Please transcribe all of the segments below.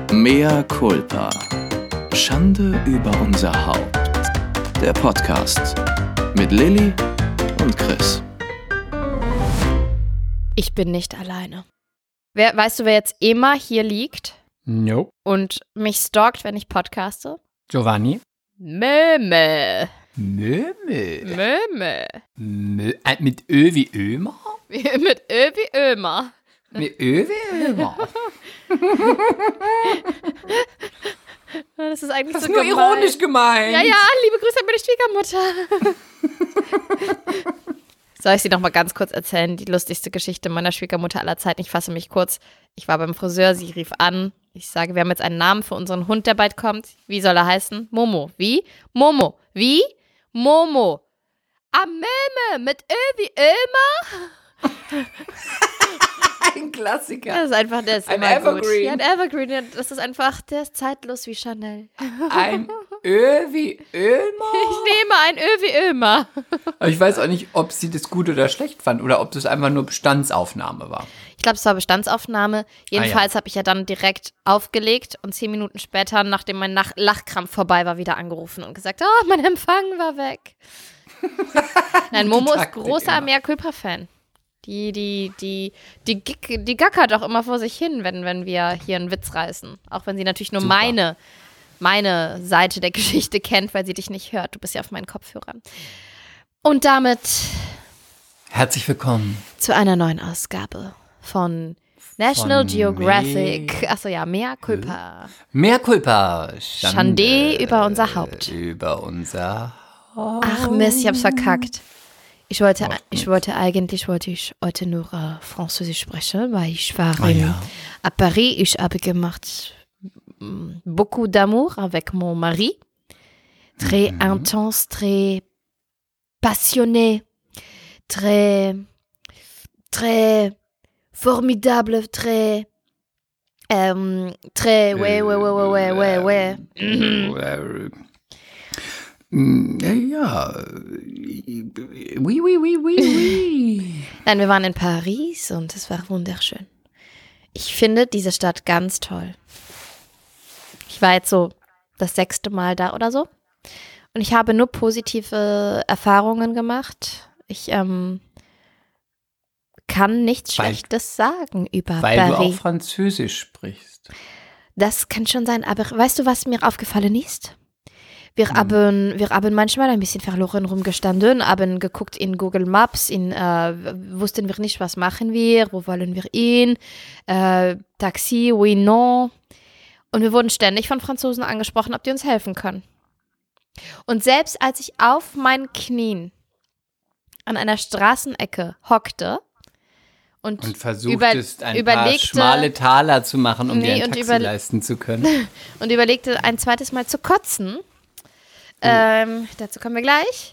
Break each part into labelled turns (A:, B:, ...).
A: Mea culpa. Schande über unser Haupt. Der Podcast mit Lilly und Chris.
B: Ich bin nicht alleine. Weißt du, wer jetzt immer hier liegt?
C: Nope.
B: Und mich stalkt, wenn ich podcaste?
C: Giovanni?
B: Möme.
C: Möme.
B: Möme.
C: Mit Ö wie Ömer?
B: Mit Ö wie Ömer.
C: Mit Ö wie Ömer.
B: Das ist eigentlich
C: das
B: so
C: ist nur
B: gemein.
C: ironisch gemeint.
B: Ja, liebe Grüße an meine Schwiegermutter. Soll ich sie noch mal ganz kurz erzählen? Die lustigste Geschichte meiner Schwiegermutter aller Zeiten. Ich fasse mich kurz. Ich war beim Friseur, sie rief an. Ich sage, wir haben jetzt einen Namen für unseren Hund, der bald kommt. Wie soll er heißen? Momo. Wie? Momo. Wie? Momo. Möme mit Ö wie Ömer.
C: Ein Klassiker.
B: Das ist einfach, der ist
C: ein
B: immer
C: Evergreen.
B: Gut. Ja, ein Evergreen. Das ist einfach, der ist zeitlos wie Chanel.
C: Ein Ö wie Ömer?
B: Ich nehme ein Ö wie Ömer.
C: Aber ich weiß auch nicht, ob sie das gut oder schlecht fand oder ob das einfach nur Bestandsaufnahme war.
B: Ich glaube, es war Bestandsaufnahme. Jedenfalls habe ich ja dann direkt aufgelegt und 10 Minuten später, nachdem mein Lachkrampf vorbei war, wieder angerufen und gesagt, oh, mein Empfang war weg. Nein, Momo ist großer Mea culpa-Fan. Die gackert auch immer vor sich hin, wenn wir hier einen Witz reißen. Auch wenn sie natürlich nur meine Seite der Geschichte kennt, weil sie dich nicht hört. Du bist ja auf meinen Kopfhörern. Und damit
C: herzlich willkommen
B: zu einer neuen Ausgabe von National Geographic. Achso, ja, Mea culpa.
C: Mea culpa.
B: Schande über unser Haupt.
C: Über unser Haupt.
B: Ach Mist, ich hab's verkackt. Ich wollte heute nur Französisch sprechen, weil ich war à Paris. Ich habe gemacht beaucoup d'amour avec mon mari. Très intense, très passionné, très formidable, très ouais.
C: Ja. Oui.
B: Nein, wir waren in Paris und es war wunderschön. Ich finde diese Stadt ganz toll. Ich war jetzt so das 6. Mal da oder so. Und ich habe nur positive Erfahrungen gemacht. Ich kann nichts Schlechtes sagen über
C: Weil
B: Paris.
C: du auch Französisch sprichst.
B: Das kann schon sein, aber weißt du, was mir aufgefallen ist? Wir haben manchmal ein bisschen verloren rumgestanden, haben geguckt in Google Maps, wussten wir nicht, was machen wir, wo wollen wir hin, Taxi, oui, non. Und wir wurden ständig von Franzosen angesprochen, ob die uns helfen können. Und selbst als ich auf meinen Knien an einer Straßenecke hockte und
C: versuchtest, ein paar schmale Taler zu machen, um dir ein Taxi leisten zu können.
B: Und überlegte, ein zweites Mal zu kotzen. Dazu kommen wir gleich.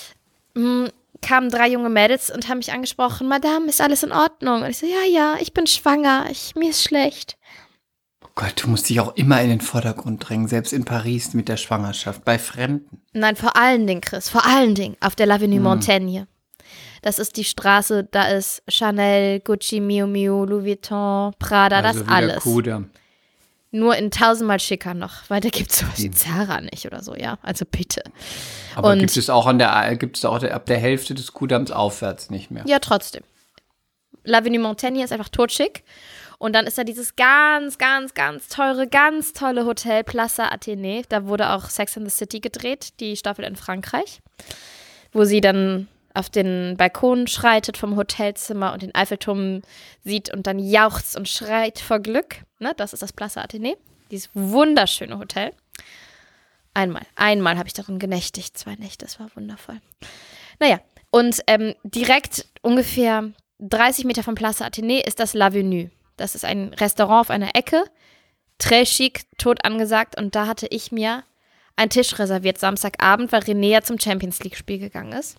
B: Kamen 3 junge Mädels und haben mich angesprochen, Madame, ist alles in Ordnung? Und ich so, ja, ich bin schwanger, mir ist schlecht.
C: Oh Gott, du musst dich auch immer in den Vordergrund drängen, selbst in Paris mit der Schwangerschaft, bei Fremden.
B: Nein, vor allen Dingen, Chris, auf der L'Avenue Montaigne. Das ist die Straße, da ist Chanel, Gucci, Miu Miu, Louis Vuitton, Prada,
C: also
B: das alles.
C: Kudamm.
B: Nur in 1000-mal schicker noch, weil da gibt es sowas wie Zara nicht oder so, ja, also bitte.
C: Aber gibt es auch ab der Hälfte des Kudamms aufwärts nicht mehr?
B: Ja, trotzdem. L'Avenue Montaigne ist einfach totschick. Und dann ist da dieses ganz, ganz, ganz tolle Hotel Plaza Athénée. Da wurde auch Sex and the City gedreht, die Staffel in Frankreich, wo sie dann auf den Balkon schreitet vom Hotelzimmer und den Eiffelturm sieht und dann jauchzt und schreit vor Glück. Ne, das ist das Plaza Athénée, dieses wunderschöne Hotel. Einmal habe ich darin genächtigt, 2 Nächte, das war wundervoll. Naja, und direkt ungefähr 30 Meter vom Plaza Athénée ist das L'Avenue. Das ist ein Restaurant auf einer Ecke, très chic, tot angesagt. Und da hatte ich mir einen Tisch reserviert Samstagabend, weil René ja zum Champions-League-Spiel gegangen ist.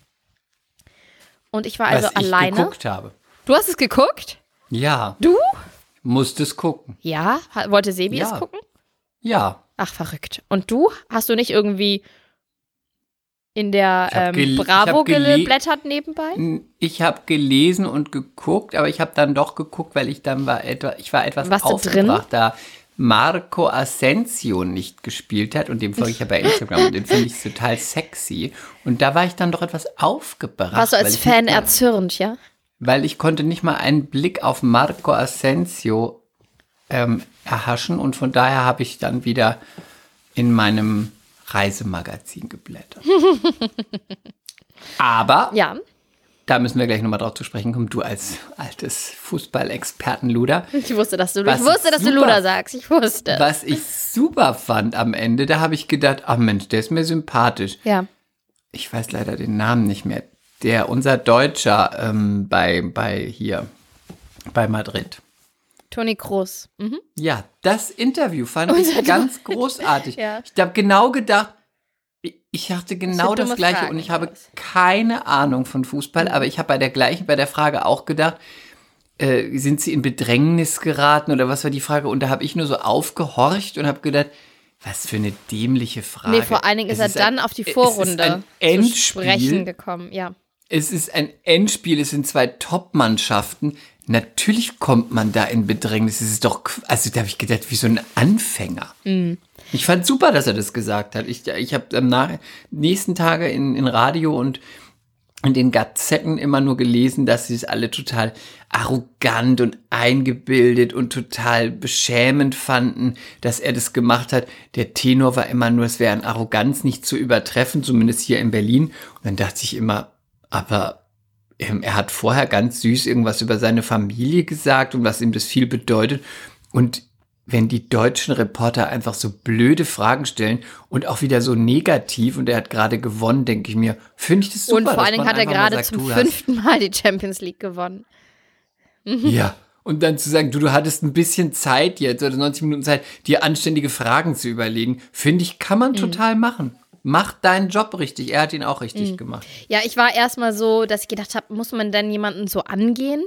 B: Und ich war also alleine.
C: Was ich geguckt habe.
B: Du hast es geguckt?
C: Ja.
B: Du?
C: Musste es gucken.
B: Ja? Wollte Sebi es gucken?
C: Ja.
B: Ach, verrückt. Und du? Hast du nicht irgendwie in der Bravo geblättert nebenbei?
C: Ich habe gelesen und geguckt, aber ich habe dann doch geguckt, weil ich war etwas aufgebracht. Da Marco Asensio nicht gespielt hat. Und dem folge ich ja bei Instagram. Und den finde ich total sexy. Und da war ich dann doch etwas aufgebracht.
B: Warst du als Fan erzürnt, ja?
C: Weil ich konnte nicht mal einen Blick auf Marco Asensio erhaschen. Und von daher habe ich dann wieder in meinem Reisemagazin geblättert. Aber,
B: ja.
C: Da müssen wir gleich nochmal drauf zu sprechen kommen, du als altes Fußballexperten-Luder.
B: Ich wusste, dass du Luder sagst. Ich wusste.
C: Was ich super fand am Ende, da habe ich gedacht, ach Mensch, der ist mir sympathisch.
B: Ja.
C: Ich weiß leider den Namen nicht mehr. Unser Deutscher bei Madrid.
B: Toni Kroos. Mhm.
C: Ja, das Interview fand ich ganz großartig.
B: Ja.
C: Ich habe genau gedacht, ich dachte genau das Gleiche
B: Fragen,
C: und ich habe keine Ahnung von Fußball, aber ich habe bei der Frage auch gedacht, sind sie in Bedrängnis geraten oder was war die Frage? Und da habe ich nur so aufgehorcht und habe gedacht, was für eine dämliche Frage.
B: Nee, vor allen Dingen ist er dann auf die Vorrunde zu sprechen gekommen, ja.
C: Es ist ein Endspiel, es sind zwei Top-Mannschaften. Natürlich kommt man da in Bedrängnis. Es ist doch, also da habe ich gedacht, wie so ein Anfänger. Mhm. Ich fand super, dass er das gesagt hat. Ich habe am nächsten Tage in Radio und in den Gazetten immer nur gelesen, dass sie es alle total arrogant und eingebildet und total beschämend fanden, dass er das gemacht hat. Der Tenor war immer nur, es wäre an Arroganz nicht zu übertreffen, zumindest hier in Berlin. Und dann dachte ich immer, aber er hat vorher ganz süß irgendwas über seine Familie gesagt und was ihm das viel bedeutet. Und wenn die deutschen Reporter einfach so blöde Fragen stellen und auch wieder so negativ und er hat gerade gewonnen, denke ich mir, finde ich das super.
B: Und vor allen Dingen hat er gerade zum 5. Mal die Champions League gewonnen.
C: Mhm. Ja, und dann zu sagen, du hattest ein bisschen Zeit jetzt oder 90 Minuten Zeit, dir anständige Fragen zu überlegen, finde ich, kann man total machen. Mach deinen Job richtig. Er hat ihn auch richtig gemacht.
B: Ja, ich war erstmal so, dass ich gedacht habe, muss man denn jemanden so angehen?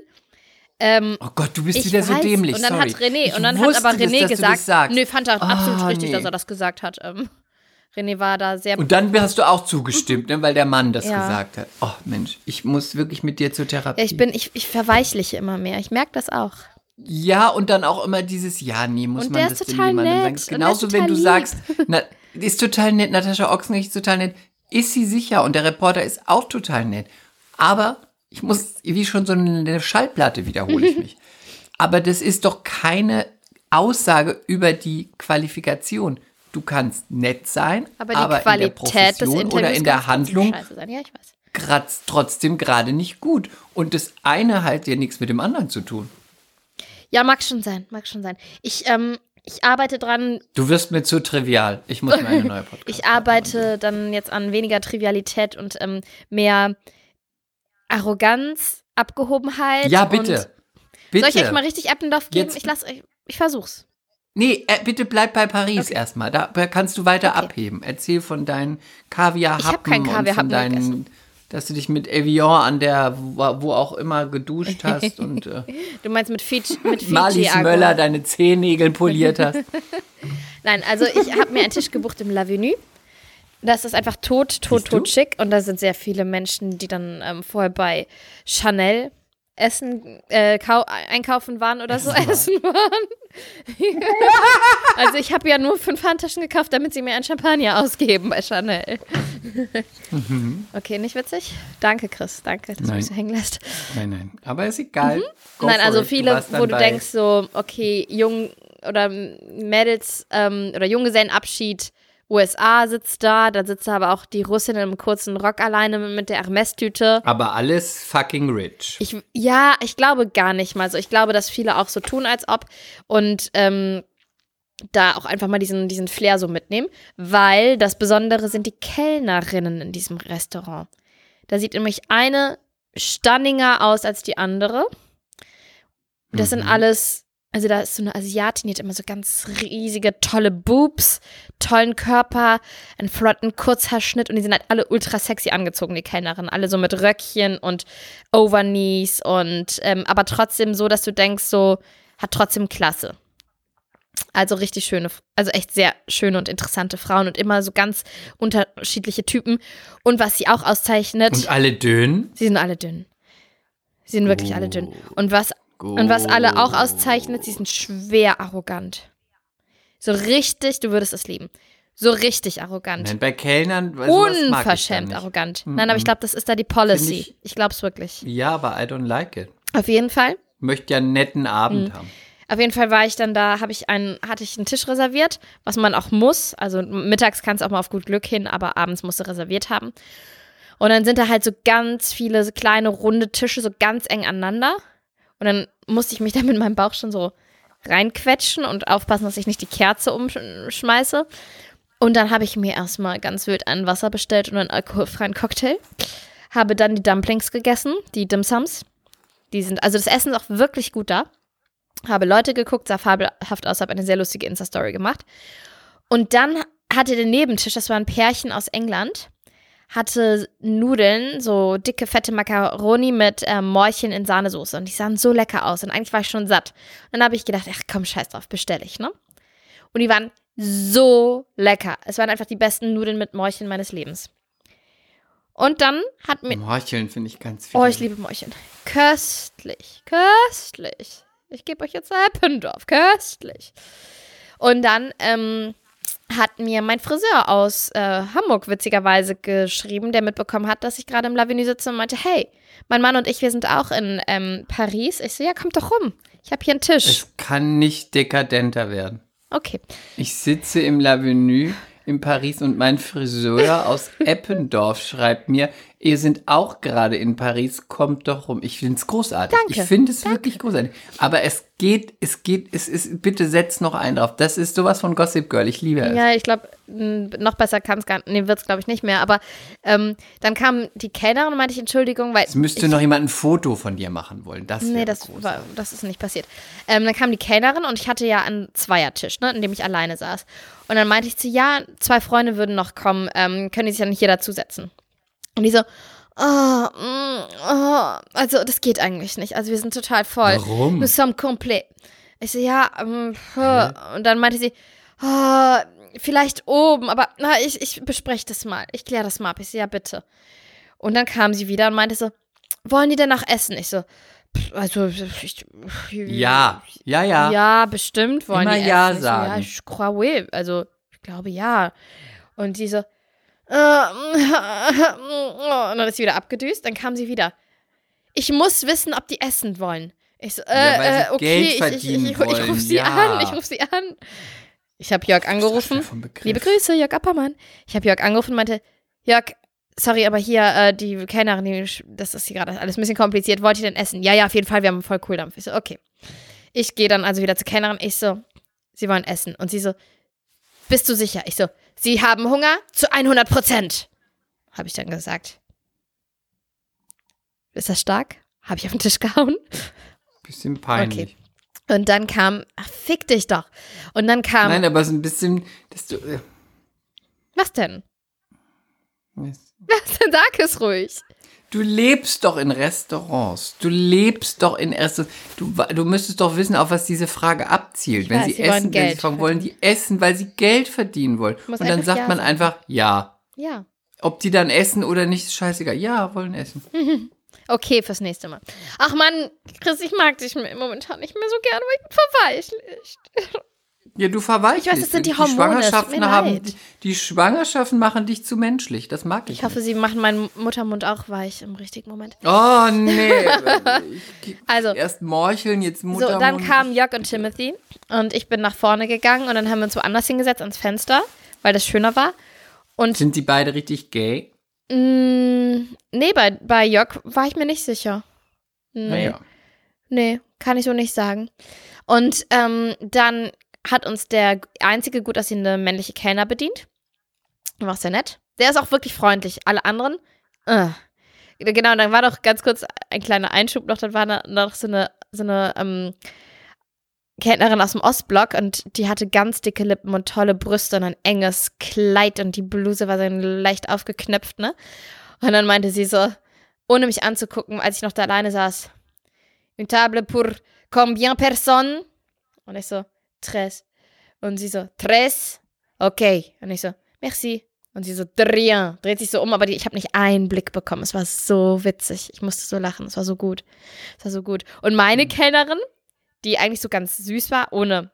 C: Oh Gott, du bist wieder so dämlich,
B: und dann
C: sorry.
B: Hat René gesagt, nö, fand er absolut richtig, dass er das gesagt hat. René war da sehr...
C: Und dann hast du auch zugestimmt, ne, weil der Mann das gesagt hat. Oh Mensch, ich muss wirklich mit dir zur Therapie.
B: Ja, ich verweichliche immer mehr, ich merke das auch.
C: Ja, und dann auch immer dieses, muss
B: und
C: man das denn jemandem sagen? Genauso, wenn du sagst, ist total nett, Natascha Ochsenknecht ist total nett, ist sie sicher und der Reporter ist auch total nett. Aber... Ich muss, wie schon so eine Schallplatte wiederhole ich mich. Aber das ist doch keine Aussage über die Qualifikation. Du kannst nett sein, aber in der Profession oder in der Handlung trotzdem gerade nicht gut. Und das eine hat ja nichts mit dem anderen zu tun.
B: Ja, mag schon sein. Ich arbeite dran.
C: Du wirst mir zu trivial. Ich muss mir eine neue Podcast
B: Ich arbeite dann jetzt an weniger Trivialität und mehr Arroganz, Abgehobenheit.
C: Ja, bitte.
B: Soll ich euch mal richtig Eppendorf geben? Ich versuch's.
C: Nee, bitte bleib bei Paris erstmal. Da kannst du weiter abheben. Erzähl von deinen Kaviarhappen.
B: Ich habe keinen Kaviarhappen gegessen.
C: Dass du dich mit Evian an der, wo auch immer geduscht hast. Und
B: du meinst mit Fiji
C: Marlies Möller deine Zehennägel poliert hast.
B: Nein, also ich habe mir einen Tisch gebucht im L'Avenue. Das ist einfach tot schick. Und da sind sehr viele Menschen, die dann vorher bei Chanel einkaufen waren oder essen waren. Also ich habe ja nur 5 Handtaschen gekauft, damit sie mir ein Champagner ausgeben bei Chanel. Okay, nicht witzig? Danke, Chris. Danke, dass du mich so hängen lässt.
C: Nein. Aber ist egal.
B: Nein, also viele, wo du denkst so, okay, Jung oder Mädels oder Junggesellenabschied, USA sitzt da sitzt aber auch die Russin im kurzen Rock alleine mit der Hermes-Tüte.
C: Aber alles fucking rich.
B: Ich glaube gar nicht mal so. Ich glaube, dass viele auch so tun, als ob und da auch einfach mal diesen Flair so mitnehmen, weil das Besondere sind die Kellnerinnen in diesem Restaurant. Da sieht nämlich eine stunninger aus als die andere. Das sind alles... Also da ist so eine Asiatin, die hat immer so ganz riesige, tolle Boobs, tollen Körper, einen flotten Kurzhaarschnitt und die sind halt alle ultra sexy angezogen, die Kellnerinnen. Alle so mit Röckchen und Overknees und aber trotzdem so, dass du denkst, so, hat trotzdem Klasse. Also richtig schöne, also echt sehr schöne und interessante Frauen und immer so ganz unterschiedliche Typen. Und was sie auch auszeichnet.
C: Und alle dünn?
B: Sie sind alle dünn. Sie sind wirklich alle dünn. Und was alle auch auszeichnet, sie sind schwer arrogant. So richtig, du würdest es lieben. So richtig arrogant.
C: Nein, bei Kellnern,
B: unverschämt arrogant. Nein, aber ich glaube, das ist da die Policy. Ich glaube es wirklich.
C: Ja, aber I don't like it.
B: Auf jeden Fall.
C: Ich möchte ja einen netten Abend haben.
B: Auf jeden Fall war ich dann da, hatte ich einen Tisch reserviert, was man auch muss. Also mittags kannst du auch mal auf gut Glück hin, aber abends musst du reserviert haben. Und dann sind da halt so ganz viele so kleine runde Tische, so ganz eng aneinander. Und dann musste ich mich da mit meinem Bauch schon so reinquetschen und aufpassen, dass ich nicht die Kerze umschmeiße. Und dann habe ich mir erstmal ganz wild ein Wasser bestellt und einen alkoholfreien Cocktail. Habe dann die Dumplings gegessen, die Dim Sums. Also das Essen ist auch wirklich gut da. Habe Leute geguckt, sah fabelhaft aus, habe eine sehr lustige Insta-Story gemacht. Und dann hatte der Nebentisch, das war ein Pärchen aus England, hatte Nudeln, so dicke, fette Macaroni mit Morcheln in Sahnesoße. Und die sahen so lecker aus. Und eigentlich war ich schon satt. Und dann habe ich gedacht, ach komm, scheiß drauf, bestelle ich, ne? Und die waren so lecker. Es waren einfach die besten Nudeln mit Morcheln meines Lebens. Und dann hat mir...
C: Morcheln finde ich ganz viel.
B: Oh, ich liebe Morcheln. Köstlich, köstlich. Ich gebe euch jetzt Eppendorf, köstlich. Und dann hat mir mein Friseur aus Hamburg witzigerweise geschrieben, der mitbekommen hat, dass ich gerade im L'Avenue sitze und meinte, hey, mein Mann und ich, wir sind auch in Paris. Ich so, ja, kommt doch rum. Ich habe hier einen Tisch.
C: Es kann nicht dekadenter werden.
B: Okay.
C: Ich sitze im L'Avenue in Paris und mein Friseur aus Eppendorf schreibt mir, ihr sind auch gerade in Paris, kommt doch rum. Ich finde es großartig.
B: Danke.
C: Ich finde es wirklich großartig. Aber es ist, bitte setz noch einen drauf. Das ist sowas von Gossip Girl. Ich liebe es.
B: Ja, ich glaube, noch besser kann es gar nicht, wird es glaube ich nicht mehr. Aber dann kam die Kellnerin und meinte ich, Entschuldigung, weil
C: es müsste noch jemand ein Foto von dir machen wollen. Das
B: ist nicht passiert. Dann kam die Kellnerin und ich hatte ja einen Zweiertisch, ne, in dem ich alleine saß. Und dann meinte ich zu, ja, 2 Freunde würden noch kommen, können die sich ja nicht hier dazusetzen. Und die so, also das geht eigentlich nicht. Also wir sind total voll.
C: Warum?
B: Nous sommes complets. Ich so, ja, und dann meinte sie, vielleicht oben, aber ich bespreche das mal. Ich kläre das mal ab. Ich so, ja, bitte. Und dann kam sie wieder und meinte so, wollen die denn noch essen? Ich so, also,
C: ja.
B: Ja, bestimmt wollen
C: immer
B: die
C: ja
B: essen.
C: sagen.
B: So, ja, je crois oui. Also, ich glaube ja. Und die so, und dann ist sie wieder abgedüst. Dann kam sie wieder. Ich muss wissen, ob die essen wollen. Ich so,
C: weil sie
B: okay,
C: Geld verdienen
B: ich
C: wollen.
B: rufe sie an. Ich habe Jörg angerufen. Liebe Grüße, Jörg Appermann. Ich habe Jörg angerufen und meinte, Jörg, sorry, aber hier, die Kellnerin, das ist hier gerade alles ein bisschen kompliziert. Wollt ihr denn essen? Ja, auf jeden Fall, wir haben voll Kohldampf. Ich so, okay. Ich gehe dann also wieder zur Kellnerin. Ich so, sie wollen essen. Und sie so, bist du sicher? Ich so, sie haben Hunger zu 100%. Habe ich dann gesagt. Ist das stark? Habe ich auf den Tisch gehauen?
C: Bisschen peinlich.
B: Okay. Und dann kam, fick dich doch. Und dann kam.
C: Nein, aber so ein bisschen,
B: Was denn? Was denn? Sag es ruhig.
C: Du lebst doch in Restaurants. Du müsstest doch wissen, auf was diese Frage abzielt.
B: Ich
C: wenn
B: weiß,
C: sie
B: sie wollen
C: essen,
B: Geld
C: wollen die essen, weil sie Geld verdienen wollen. Und dann sagt man einfach, ja.
B: Ja.
C: Ob die dann essen oder nicht, ist scheißegal. Ja, wollen essen.
B: Okay, fürs nächste Mal. Ach Mann, Chris, ich mag dich momentan nicht mehr so gerne, weil ich bin verweichlicht.
C: Ja, du verweichlichst.
B: Ich weiß, das sind die Hormone,
C: Die Schwangerschaften machen dich zu menschlich. Das mag ich.
B: Ich hoffe, sie machen meinen Muttermund auch weich im richtigen Moment.
C: Oh, nee.
B: Also,
C: erst Morcheln, jetzt Muttermund.
B: So, dann kamen Jörg und Timothy und ich bin nach vorne gegangen und dann haben wir uns woanders hingesetzt, ans Fenster, weil das schöner war. Und
C: sind die beide richtig gay?
B: Nee, bei Jörg war ich mir nicht sicher.
C: Naja.
B: Nee, kann ich so nicht sagen. Und dann hat uns der einzige gut aussehende männliche Kellner bedient. War auch sehr nett. Der ist auch wirklich freundlich. Alle anderen, Genau, dann war doch ganz kurz ein kleiner Einschub noch. Dann war da noch so eine Kellnerin aus dem Ostblock und die hatte ganz dicke Lippen und tolle Brüste und ein enges Kleid und die Bluse war so leicht aufgeknöpft, ne? Und dann meinte sie so, ohne mich anzugucken, als ich noch da alleine saß, une table pour combien personnes? Und ich so, 3. Und sie so, 3? Okay. Und ich so, merci. Und sie so, rien. Dreht sich so um, aber ich habe nicht einen Blick bekommen. Es war so witzig. Ich musste so lachen. Es war so gut. Und meine Kellnerin, die eigentlich so ganz süß war, ohne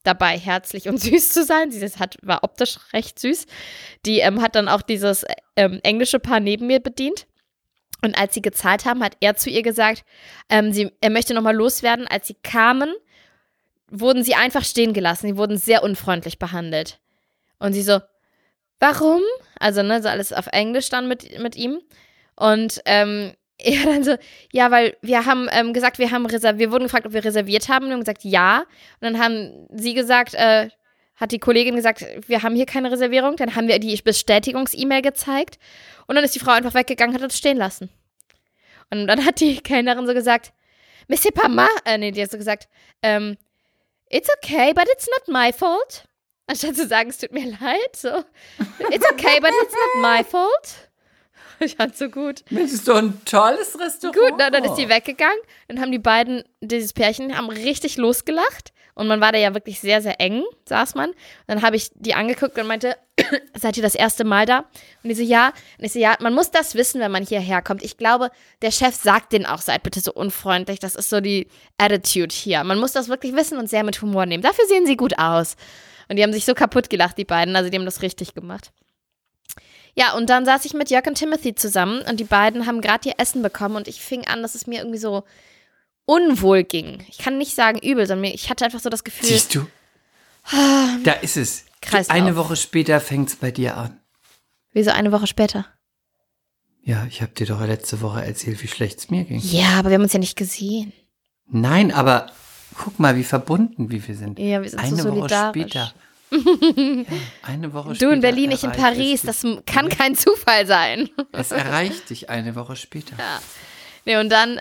B: dabei herzlich und süß zu sein. Sie war optisch recht süß. Die hat dann auch dieses englische Paar neben mir bedient. Und als sie gezahlt haben, hat er zu ihr gesagt, er möchte nochmal loswerden. Als sie kamen, wurden sie einfach stehen gelassen. Sie wurden sehr unfreundlich behandelt. Und sie so, warum? Also, ne, so alles auf Englisch dann mit ihm. Und er dann so, ja, weil wir haben gesagt, wir wurden gefragt, ob wir reserviert haben. Und wir haben gesagt, ja. Und dann haben sie gesagt, hat die Kollegin gesagt, wir haben hier keine Reservierung. Dann haben wir die Bestätigungs-E-Mail gezeigt. Und dann ist die Frau einfach weggegangen und hat uns stehen lassen. Und dann hat die Kellnerin so gesagt, mais c'est pas die hat so gesagt, it's okay, but it's not my fault. Anstatt zu sagen, es tut mir leid, so, it's okay, but it's not my fault. Ich fand's so gut.
C: Das ist doch ein tolles Restaurant.
B: Gut, dann ist sie weggegangen. Dann haben die beiden, dieses Pärchen, haben richtig losgelacht. Und man war da ja wirklich sehr, sehr eng, saß man. Und dann habe ich die angeguckt und meinte, seid ihr das erste Mal da? Und die so, ja. Und ich so, ja, man muss das wissen, wenn man hierher kommt. Ich glaube, der Chef sagt denen auch, seid bitte so unfreundlich. Das ist so die Attitude hier. Man muss das wirklich wissen und sehr mit Humor nehmen. Dafür sehen sie gut aus. Und die haben sich so kaputt gelacht, die beiden. Also die haben das richtig gemacht. Ja, und dann saß ich mit Jörg und Timothy zusammen und die beiden haben gerade ihr Essen bekommen und ich fing an, dass es mir irgendwie so unwohl ging. Ich kann nicht sagen übel, sondern ich hatte einfach so das Gefühl.
C: Siehst du? Da ist es.
B: Kreislauf.
C: Eine Woche später fängt es bei dir an.
B: Wieso eine Woche später?
C: Ja, ich habe dir doch letzte Woche erzählt, wie schlecht es mir ging.
B: Ja, aber wir haben uns ja nicht gesehen.
C: Nein, aber guck mal, wie verbunden wir sind.
B: Ja, wir sind
C: eine
B: so solidarisch.
C: Woche später. Ja, eine Woche später.
B: Du in Berlin, ich in Paris, das kann kein Zufall sein.
C: Es erreicht dich eine Woche später.
B: Ja. Nee, und dann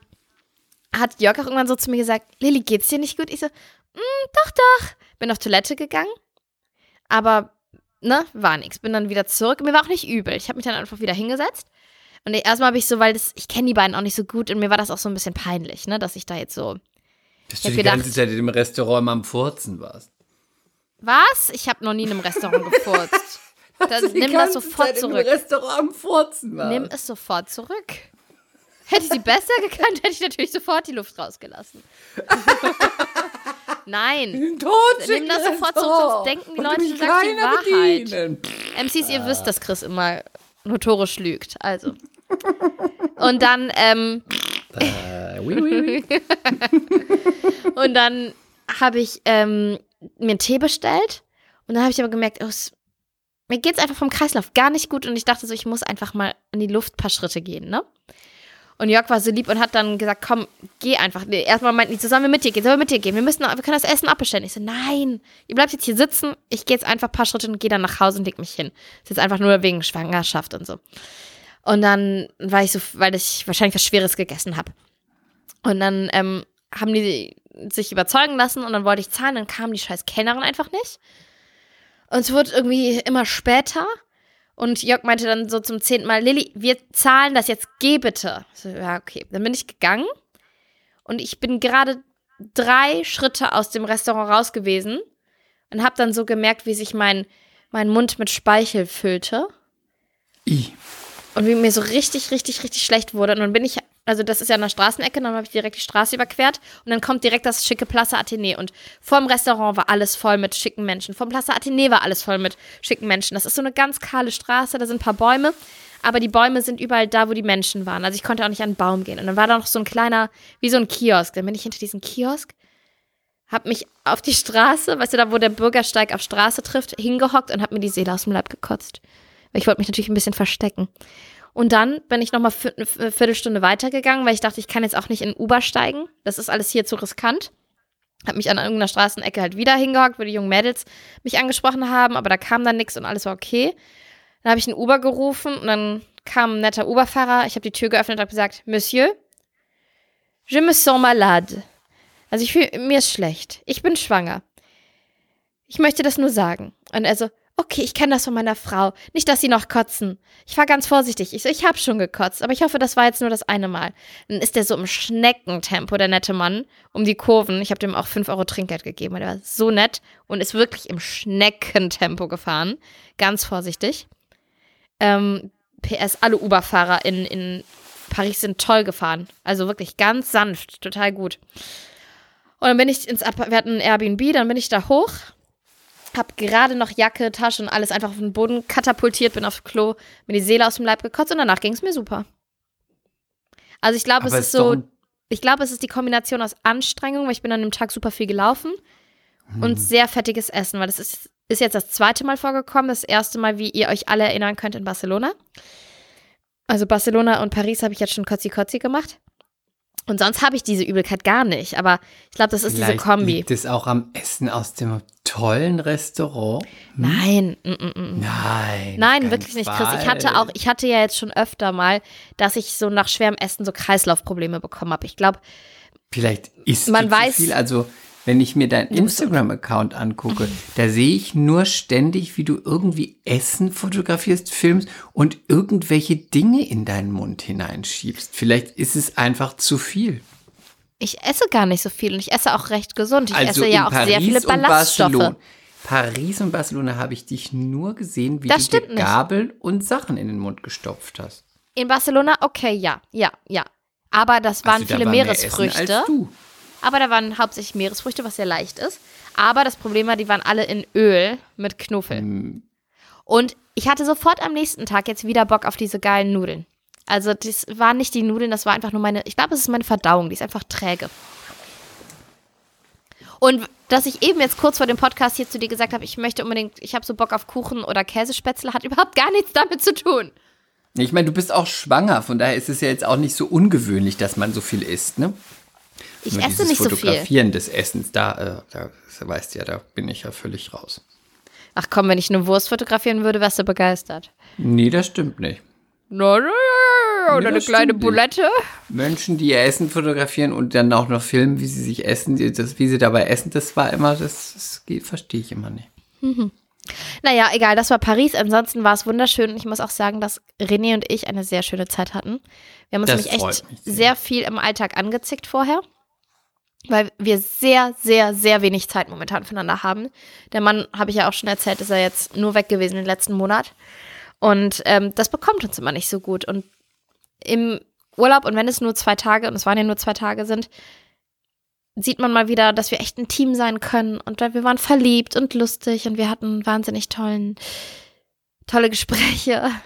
B: hat Jörg auch irgendwann so zu mir gesagt, Lilly, geht's dir nicht gut? Ich so, doch. Bin auf Toilette gegangen, aber, ne, war nichts. Bin dann wieder zurück. Mir war auch nicht übel. Ich habe mich dann einfach wieder hingesetzt. Und erstmal habe ich so, weil ich kenne die beiden auch nicht so gut und mir war das auch so ein bisschen peinlich, ne, dass ich da jetzt so.
C: Dass du die ganze Zeit in dem Restaurant immer am Furzen warst.
B: Was? Ich habe noch nie in einem Restaurant gefurzt. Nimm das sofort zurück.
C: Im Restaurant am Furzen warst.
B: Nimm es sofort zurück. Hätte ich sie besser gekannt, hätte ich natürlich sofort die Luft rausgelassen. Nein. Nimm das sofort zurück, sonst denken die Leute, du sagst die Wahrheit.
C: Bedienen.
B: MCs, ihr wisst, dass Chris immer notorisch lügt. Also. Und dann, und dann habe ich mir einen Tee bestellt und dann habe ich aber gemerkt, mir geht's einfach vom Kreislauf gar nicht gut und ich dachte so, ich muss einfach mal in die Luft ein paar Schritte gehen, ne? Und Jörg war so lieb und hat dann gesagt, komm, geh einfach. Erstmal meinten die, sollen wir mit dir gehen? Wir können das Essen abbestellen. Ich so, nein, ihr bleibt jetzt hier sitzen, ich gehe jetzt einfach ein paar Schritte und gehe dann nach Hause und leg mich hin. Das ist jetzt einfach nur wegen Schwangerschaft und so. Und dann war ich so, weil ich wahrscheinlich was Schweres gegessen habe. Und dann haben die sich überzeugen lassen und dann wollte ich zahlen, dann kam die scheiß Kellnerin einfach nicht. Und es wurde irgendwie immer später und Jörg meinte dann so zum 10. Mal, Lilly, wir zahlen das jetzt, geh bitte. So, ja, okay. Dann bin ich gegangen und ich bin gerade 3 Schritte aus dem Restaurant raus gewesen und habe dann so gemerkt, wie sich mein Mund mit Speichel füllte. Und wie mir so richtig, richtig, richtig schlecht wurde. Und dann bin ich, also das ist ja an der Straßenecke, dann habe ich direkt die Straße überquert und dann kommt direkt das schicke Plaza Athénée und vorm Restaurant war alles voll mit schicken Menschen. Vorm Plaza Athénée war alles voll mit schicken Menschen. Das ist so eine ganz kahle Straße, da sind ein paar Bäume, aber die Bäume sind überall da, wo die Menschen waren. Also ich konnte auch nicht an einen Baum gehen. Und dann war da noch so ein kleiner, wie so ein Kiosk. Dann bin ich hinter diesen Kiosk, hab mich auf die Straße, weißt du, da wo der Bürgersteig auf Straße trifft, hingehockt und hab mir die Seele aus dem Leib gekotzt. Weil ich wollte mich natürlich ein bisschen verstecken. Und dann bin ich nochmal eine Viertelstunde weitergegangen, weil ich dachte, ich kann jetzt auch nicht in Uber steigen. Das ist alles hier zu riskant. Hab mich an irgendeiner Straßenecke halt wieder hingehockt, wo die jungen Mädels mich angesprochen haben, aber da kam dann nichts und alles war okay. Dann habe ich einen Uber gerufen und dann kam ein netter Uberfahrer. Ich habe die Tür geöffnet und habe gesagt, Monsieur, je me sens malade. Also mir ist schlecht. Ich bin schwanger. Ich möchte das nur sagen. Und er so, okay, ich kenne das von meiner Frau. Nicht, dass sie noch kotzen. Ich war ganz vorsichtig. Ich habe schon gekotzt, aber ich hoffe, das war jetzt nur das eine Mal. Dann ist der so im Schneckentempo, der nette Mann, um die Kurven. Ich habe dem auch 5 Euro Trinkgeld gegeben. Der war so nett und ist wirklich im Schneckentempo gefahren. Ganz vorsichtig. PS, alle Uber-Fahrer in Paris sind toll gefahren. Also wirklich ganz sanft, total gut. Und dann bin ich wir hatten ein Airbnb, dann bin ich da hoch, hab gerade noch Jacke, Tasche und alles einfach auf den Boden katapultiert, bin aufs Klo, mir die Seele aus dem Leib gekotzt und danach ging es mir super. Also ich glaube, es ist so, ich glaube, es ist die Kombination aus Anstrengung, weil ich bin an dem Tag super viel gelaufen und sehr fettiges Essen, weil das ist jetzt das 2. Mal vorgekommen, das 1. Mal, wie ihr euch alle erinnern könnt, in Barcelona. Also Barcelona und Paris habe ich jetzt schon kotzi gemacht. Und sonst habe ich diese Übelkeit gar nicht. Aber ich glaube, das ist diese Kombi.
C: Liegt es auch am Essen aus dem tollen Restaurant?
B: Nein. Nein,
C: auf
B: wirklich nicht,
C: keinen
B: Chris.
C: Fall.
B: Ich hatte ja jetzt schon öfter mal, dass ich so nach schwerem Essen so Kreislaufprobleme bekommen habe. Ich glaube,
C: vielleicht isst
B: man
C: du
B: weiß,
C: zu viel. Also, wenn ich mir deinen Instagram-Account angucke, da sehe ich nur ständig, wie du irgendwie Essen fotografierst, filmst und irgendwelche Dinge in deinen Mund hineinschiebst. Vielleicht ist es einfach zu viel.
B: ich esse gar nicht so viel und ich esse auch recht gesund. Ich
C: Also
B: esse ja
C: in
B: auch
C: Paris
B: sehr viele
C: und
B: Ballaststoffe.
C: Paris und Barcelona habe ich dich nur gesehen, wie
B: Das
C: du
B: stimmt
C: dir
B: nicht.
C: Gabeln und Sachen in den Mund gestopft hast.
B: In Barcelona, okay, ja. Aber das waren
C: Also, da
B: viele
C: war mehr Essen
B: Meeresfrüchte.
C: als du.
B: Aber da waren hauptsächlich Meeresfrüchte, was sehr leicht ist. Aber das Problem war, die waren alle in Öl mit Knuffel. Und ich hatte sofort am nächsten Tag jetzt wieder Bock auf diese geilen Nudeln. Also das waren nicht die Nudeln, das war einfach nur ich glaube, es ist meine Verdauung, die ist einfach träge. Und dass ich eben jetzt kurz vor dem Podcast hier zu dir gesagt habe, ich habe so Bock auf Kuchen oder Käsespätzle, hat überhaupt gar nichts damit zu tun.
C: Ich meine, du bist auch schwanger, von daher ist es ja jetzt auch nicht so ungewöhnlich, dass man so viel isst, ne?
B: Ich
C: Nur
B: esse
C: dieses
B: nicht so viel.
C: Fotografieren des Essens, da weißt du ja, da bin ich ja völlig raus.
B: Ach komm, wenn ich eine Wurst fotografieren würde, wärst du begeistert.
C: Nee, das stimmt nicht.
B: Oder
C: Nee,
B: eine
C: das
B: kleine
C: stimmt nicht.
B: Bulette.
C: Menschen, die ihr Essen fotografieren und dann auch noch filmen, wie sie sich essen, wie sie dabei essen, das verstehe ich immer nicht.
B: Naja, egal, das war Paris. Ansonsten war es wunderschön. Und ich muss auch sagen, dass René und ich eine sehr schöne Zeit hatten. Wir haben uns
C: Das
B: nämlich
C: freut
B: echt
C: mich sehr.
B: sehr viel im Alltag angezickt vorher, weil wir sehr, sehr, sehr wenig Zeit momentan füreinander haben. Der Mann, habe ich ja auch schon erzählt, ist ja jetzt nur weg gewesen den letzten Monat. Und das bekommt uns immer nicht so gut. Und im Urlaub, und wenn es nur 2 Tage, und es waren ja nur 2 Tage sind, sieht man mal wieder, dass wir echt ein Team sein können. Und wir waren verliebt und lustig und wir hatten wahnsinnig tolle Gespräche.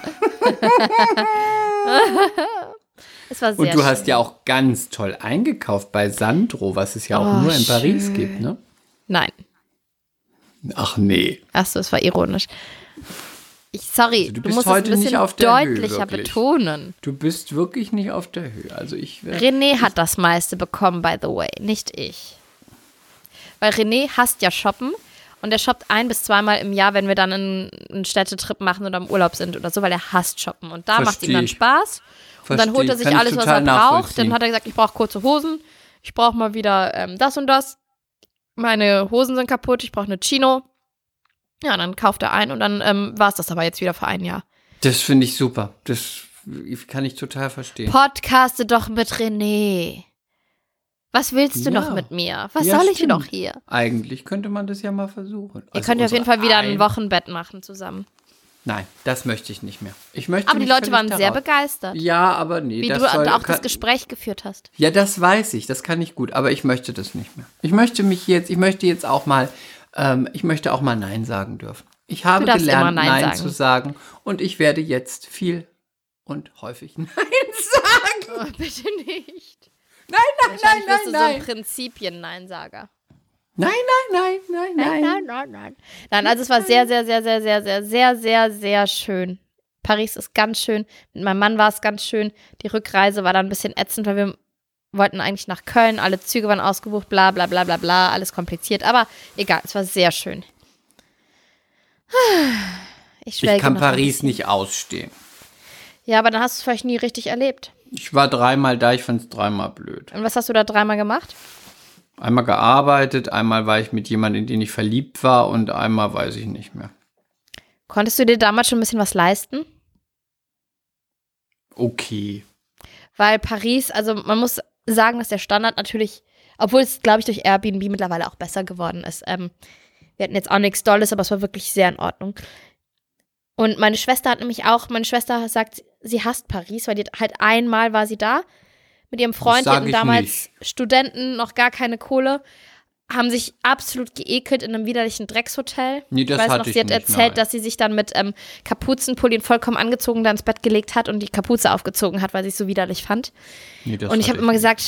B: Es war sehr
C: Und du
B: schön.
C: hast ja auch ganz toll eingekauft bei Sandro, was es ja auch
B: Oh,
C: nur in Paris
B: schön.
C: gibt, ne?
B: Nein.
C: Ach nee.
B: Achso, es war ironisch. Sorry,
C: Also,
B: du
C: bist
B: musst es
C: heute
B: ein
C: nicht
B: bisschen
C: auf der Höhe,
B: deutlicher
C: wirklich.
B: betonen.
C: Du bist wirklich nicht auf der Höhe. Also
B: René hat das meiste bekommen, by the way, nicht ich. Weil René hasst ja shoppen und er shoppt 1- bis 2-mal im Jahr, wenn wir dann einen Städtetrip machen oder im Urlaub sind oder so, weil er hasst shoppen. Und da macht es ihm dann Spaß. Und dann holt er sich alles, was er braucht. Dann hat er gesagt, ich brauche kurze Hosen, ich brauche mal wieder das und das. Meine Hosen sind kaputt, ich brauche eine Chino. Ja, dann kauft er ein und dann war es das aber jetzt wieder für ein Jahr.
C: Das finde ich super. Das kann ich total verstehen.
B: Podcaste doch mit René. Was willst du
C: Ja.
B: noch mit mir? Was
C: Ja,
B: soll ich
C: stimmt.
B: noch hier?
C: Eigentlich könnte man das ja mal versuchen.
B: Ihr könnt ja auf jeden Fall wieder ein Wochenbett machen zusammen.
C: Nein, das möchte ich nicht mehr. Ich möchte
B: Aber die
C: mich
B: Leute
C: völlig
B: waren sehr
C: darauf-
B: begeistert,
C: Ja, aber nee.
B: wie
C: das
B: du
C: soll,
B: auch das Gespräch geführt hast.
C: Ja, das weiß ich. Das kann ich gut. Aber ich möchte das nicht mehr. Ich möchte jetzt auch mal, ich möchte auch mal Nein sagen dürfen. Ich habe
B: Du darfst
C: gelernt,
B: immer Nein sagen.
C: zu sagen. Und ich werde jetzt viel und häufig Nein sagen.
B: Oh, bitte nicht.
C: Nein,
B: Wahrscheinlich bist du so ein Prinzipien-Neinsager.
C: Nein.
B: Nein, also es war sehr, sehr, sehr, sehr, sehr, sehr, sehr, sehr, sehr schön. Paris ist ganz schön. Mit meinem Mann war es ganz schön. Die Rückreise war dann ein bisschen ätzend, weil wir wollten eigentlich nach Köln. Alle Züge waren ausgebucht, bla, bla, bla, bla, bla. Alles kompliziert. Aber egal, es war sehr schön. Ich
C: Ich kann
B: noch ein
C: Paris
B: bisschen.
C: nicht ausstehen.
B: Ja, aber dann hast du es vielleicht nie richtig erlebt.
C: Ich war 3-mal da, ich fand es 3-mal blöd.
B: Und was hast du da 3-mal gemacht?
C: Einmal gearbeitet, einmal war ich mit jemandem, in den ich verliebt war und einmal weiß ich nicht mehr.
B: Konntest du dir damals schon ein bisschen was leisten?
C: Okay.
B: Weil Paris, also man muss sagen, dass der Standard natürlich, obwohl es, glaube ich, durch Airbnb mittlerweile auch besser geworden ist. Wir hatten jetzt auch nichts Dolles, aber es war wirklich sehr in Ordnung. Und meine Schwester sagt, sie hasst Paris, weil die halt einmal war sie da mit ihrem Freund, die
C: sag
B: hatten
C: ich
B: damals
C: nicht.
B: Studenten, noch gar keine Kohle, haben sich absolut geekelt in einem widerlichen Dreckshotel.
C: Nee, das
B: ich weiß
C: hatte
B: noch,
C: ich
B: sie hat
C: nicht,
B: erzählt,
C: nein.
B: dass sie sich dann mit Kapuzenpulli und vollkommen angezogen da ins Bett gelegt hat und die Kapuze aufgezogen hat, weil sie es so widerlich fand.
C: Nee, das
B: Und ich
C: hatte
B: habe immer
C: nicht.
B: gesagt,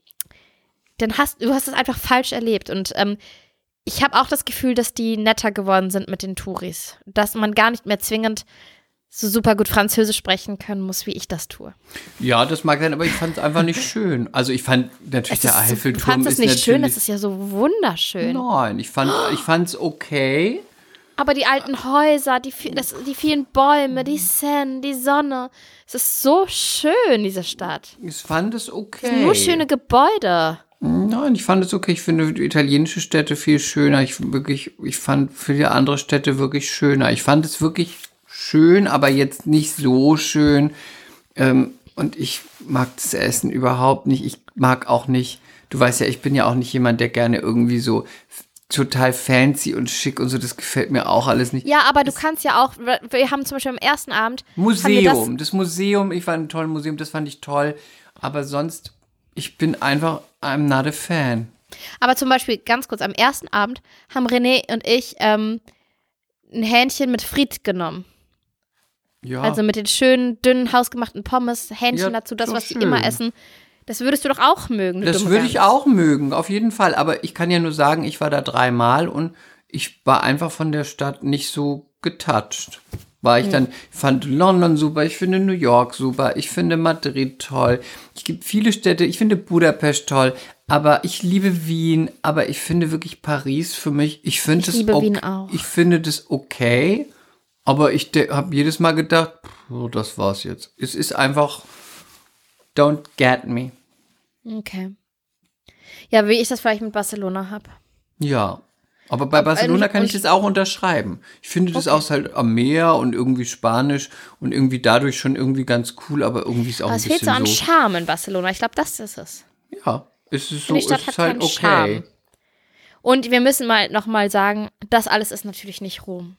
B: du hast es einfach falsch erlebt. Und ich habe auch das Gefühl, dass die netter geworden sind mit den Touris. Dass man gar nicht mehr zwingend so super gut Französisch sprechen können muss, wie ich das tue.
C: Ja, das mag sein, aber ich fand es einfach nicht schön. Also ich fand natürlich, der
B: Du
C: Eiffelturm
B: fandest
C: ist
B: es nicht
C: natürlich...
B: schön, das ist ja so wunderschön.
C: Nein, ich fand's okay.
B: Aber die alten Häuser, die vielen Bäume, die Seine, die Sonne. Es ist so schön, diese Stadt.
C: Ich fand es okay.
B: Nur schöne Gebäude.
C: Nein, ich fand es okay. Ich finde die italienische Städte viel schöner. Ich fand viele andere Städte wirklich schöner. Ich fand es wirklich schön, aber jetzt nicht so schön. Und ich mag das Essen überhaupt nicht. Ich mag auch nicht, du weißt ja, ich bin ja auch nicht jemand, der gerne irgendwie so total fancy und schick und so, das gefällt mir auch alles nicht.
B: Ja, aber du kannst ja auch, wir haben zum Beispiel am ersten Abend
C: Museum, das Museum, ich war in einem tollen Museum, das fand ich toll. Aber sonst, ich bin einfach, I'm not a fan.
B: Aber zum Beispiel, ganz kurz, am ersten Abend haben René und ich ein Hähnchen mit Frites genommen.
C: Ja.
B: Also mit den schönen, dünnen, hausgemachten Pommes, Hähnchen
C: Ja,
B: dazu, das,
C: so
B: was die
C: schön.
B: immer essen. Das würdest du doch auch mögen.
C: Das würde ich auch mögen, auf jeden Fall. Aber ich kann ja nur sagen, ich war da 3-mal und ich war einfach von der Stadt nicht so getoucht. Fand London super, ich finde New York super, ich finde Madrid toll. Es gibt viele Städte, ich finde Budapest toll, aber ich liebe Wien, aber ich finde wirklich Paris für mich, ich
B: liebe Wien auch.
C: Ich finde das okay, aber ich habe jedes Mal gedacht, das war's jetzt. Es ist einfach, don't get me.
B: Okay. Ja, wie ich das vielleicht mit Barcelona habe.
C: Ja, aber bei Barcelona kann ich das auch unterschreiben. Ich finde das auch halt am Meer und irgendwie Spanisch und irgendwie dadurch schon irgendwie ganz cool, aber irgendwie ist auch
B: Aber
C: ein
B: es fehlt
C: bisschen
B: so an
C: so.
B: Charme in Barcelona. Ich glaube, das ist es.
C: Ja, es ist so,
B: Die
C: es
B: Stadt
C: ist
B: hat
C: halt
B: keinen
C: okay.
B: Charme. Und wir müssen noch mal sagen, das alles ist natürlich nicht Rom.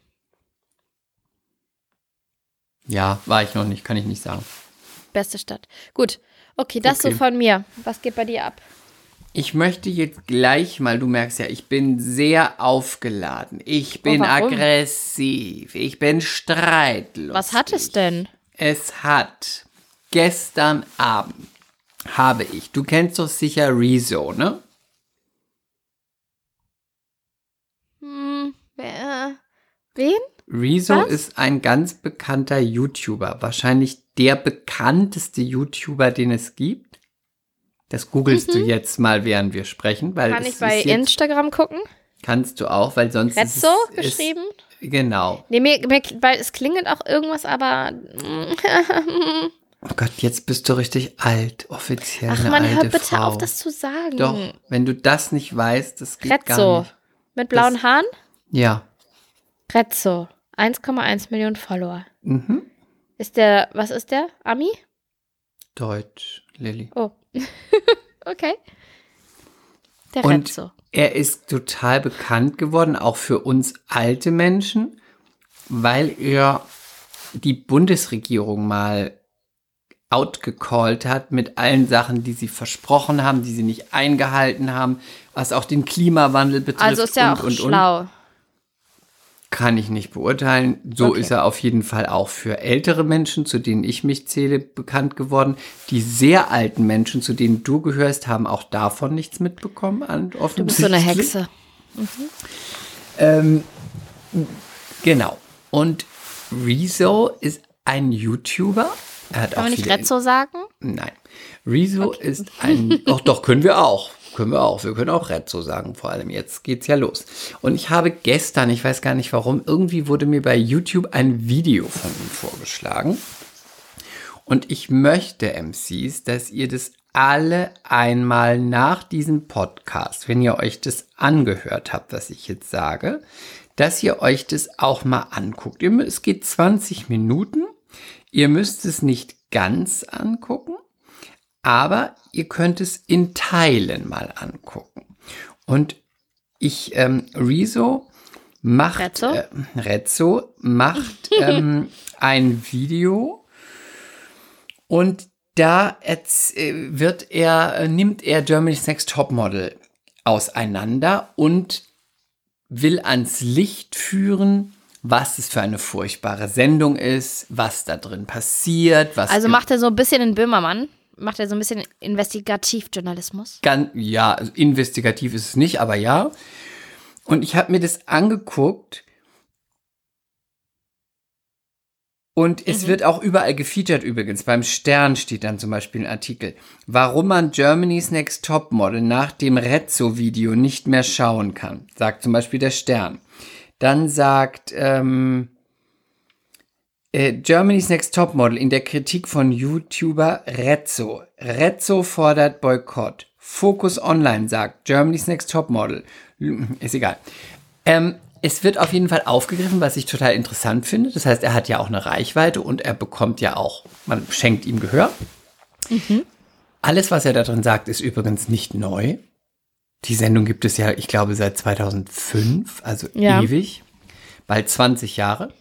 C: Ja, war ich noch nicht, kann ich nicht sagen.
B: Beste Stadt. Gut. Okay, das
C: Okay.
B: so von mir. Was geht bei dir ab?
C: Ich möchte jetzt gleich mal, du merkst ja, ich bin sehr aufgeladen. Ich bin
B: warum?
C: aggressiv. Ich bin streitlustig.
B: Was hat es denn?
C: Es hat gestern Abend habe ich, du kennst doch sicher Rezo, ne?
B: Wen?
C: Rezo
B: Was?
C: ist ein ganz bekannter YouTuber. Wahrscheinlich der bekannteste YouTuber, den es gibt. Das googelst du jetzt mal, während wir sprechen. Weil
B: Kann
C: es
B: ich bei
C: ist jetzt,
B: Instagram gucken?
C: kannst du auch, weil sonst
B: Rezzo
C: ist es,
B: geschrieben?
C: Genau.
B: Nee, weil es klingelt auch irgendwas, aber
C: Oh Gott, jetzt bist du richtig alt, offiziell
B: ach
C: eine
B: man,
C: alte
B: hör bitte
C: Frau.
B: auf, das zu sagen.
C: Doch, wenn du das nicht weißt, das geht gar
B: Rezzo.
C: nicht.
B: Mit blauen Haaren?
C: Ja.
B: Rezzo. 1,1 Millionen Follower.
C: Mhm.
B: Was ist der? Ami?
C: Deutsch, Lilly.
B: Oh. Okay. Der
C: Und
B: Rezzo.
C: er ist total bekannt geworden, auch für uns alte Menschen, weil er die Bundesregierung mal outgecallt hat mit allen Sachen, die sie versprochen haben, die sie nicht eingehalten haben, was auch den Klimawandel betrifft.
B: Also ist er auch schlau.
C: Kann ich nicht beurteilen. So
B: Okay.
C: ist er auf jeden Fall auch für ältere Menschen, zu denen ich mich zähle, bekannt geworden. Die sehr alten Menschen, zu denen du gehörst, haben auch davon nichts mitbekommen.
B: Du bist so eine Hexe.
C: Genau. Und Rezo ist ein YouTuber. Er hat
B: Kann
C: auch
B: man nicht
C: viele
B: Rezzo sagen?
C: Nein. Rezo ist ein. Doch, können wir auch. Wir können auch Rezzo sagen, vor allem jetzt geht's ja los. Und ich habe gestern, ich weiß gar nicht warum, irgendwie wurde mir bei YouTube ein Video von ihm vorgeschlagen. Und ich möchte, MCs, dass ihr das alle einmal nach diesem Podcast, wenn ihr euch das angehört habt, was ich jetzt sage, dass ihr euch das auch mal anguckt. Es geht 20 Minuten. Ihr müsst es nicht ganz angucken. Aber ihr könnt es in Teilen mal angucken. Und Rezo macht ein Video und da nimmt er Germany's Next Topmodel auseinander und will ans Licht führen, was es für eine furchtbare Sendung ist, was da drin passiert.
B: Also macht er so ein bisschen den Böhmermann? Macht er so ein bisschen Investigativjournalismus?
C: Ja, also investigativ ist es nicht, aber ja. Und ich habe mir das angeguckt und es wird auch überall gefeatured übrigens. Beim Stern steht dann zum Beispiel ein Artikel, warum man Germany's Next Topmodel nach dem Rezzo-Video nicht mehr schauen kann, sagt zum Beispiel der Stern. Dann sagt Germany's Next Topmodel in der Kritik von YouTuber Rezzo. Rezzo fordert Boykott. Focus Online sagt Germany's Next Topmodel. Ist egal. Es wird auf jeden Fall aufgegriffen, was ich total interessant finde. Das heißt, er hat ja auch eine Reichweite und er bekommt ja auch, man schenkt ihm Gehör. Alles, was er da drin sagt, ist übrigens nicht neu. Die Sendung gibt es ja, ich glaube, seit 2005, also ewig, bald 20 Jahre.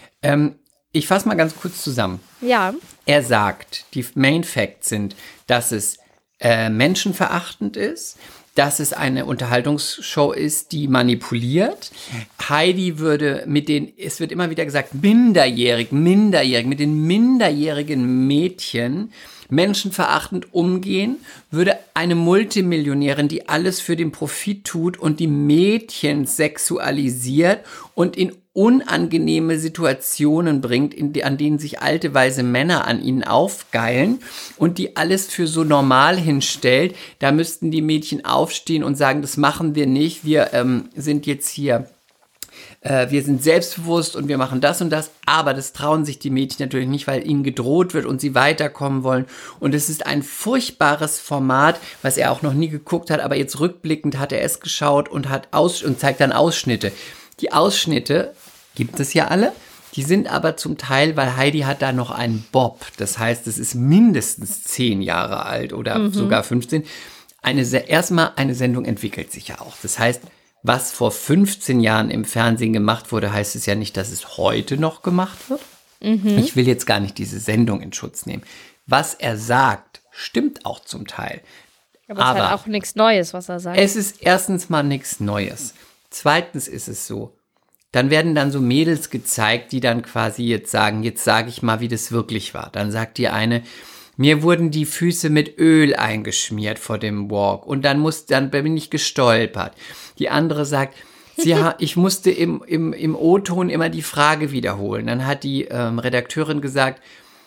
C: Ich fasse mal ganz kurz zusammen.
B: Ja.
C: Er sagt, die Main Facts sind, dass es menschenverachtend ist, dass es eine Unterhaltungsshow ist, die manipuliert. Heidi würde es wird immer wieder gesagt, mit den minderjährigen Mädchen menschenverachtend umgehen, würde eine Multimillionärin, die alles für den Profit tut und die Mädchen sexualisiert und in unangenehme Situationen bringt, an denen sich alte, weise Männer an ihnen aufgeilen und die alles für so normal hinstellt. Da müssten die Mädchen aufstehen und sagen, das machen wir nicht, wir sind jetzt hier, wir sind selbstbewusst und wir machen das und das, aber das trauen sich die Mädchen natürlich nicht, weil ihnen gedroht wird und sie weiterkommen wollen. Und es ist ein furchtbares Format, was er auch noch nie geguckt hat, aber jetzt rückblickend hat er es geschaut und zeigt dann Ausschnitte. Die Ausschnitte gibt es ja alle, die sind aber zum Teil, weil Heidi hat da noch einen Bob, das heißt, es ist mindestens 10 Jahre alt oder sogar 15. Erstmal eine Sendung entwickelt sich ja auch. Das heißt, was vor 15 Jahren im Fernsehen gemacht wurde, heißt es ja nicht, dass es heute noch gemacht wird. Ich will jetzt gar nicht diese Sendung in Schutz nehmen. Was er sagt, stimmt auch zum Teil.
B: Aber es ist halt auch nichts Neues, was er sagt.
C: Es ist erstens mal nichts Neues. Zweitens ist es so, dann werden dann so Mädels gezeigt, die dann quasi jetzt sagen, jetzt sage ich mal, wie das wirklich war. Dann sagt die eine, mir wurden die Füße mit Öl eingeschmiert vor dem Walk und dann bin ich gestolpert. Die andere sagt, ich musste im O-Ton immer die Frage wiederholen. Dann hat die Redakteurin gesagt,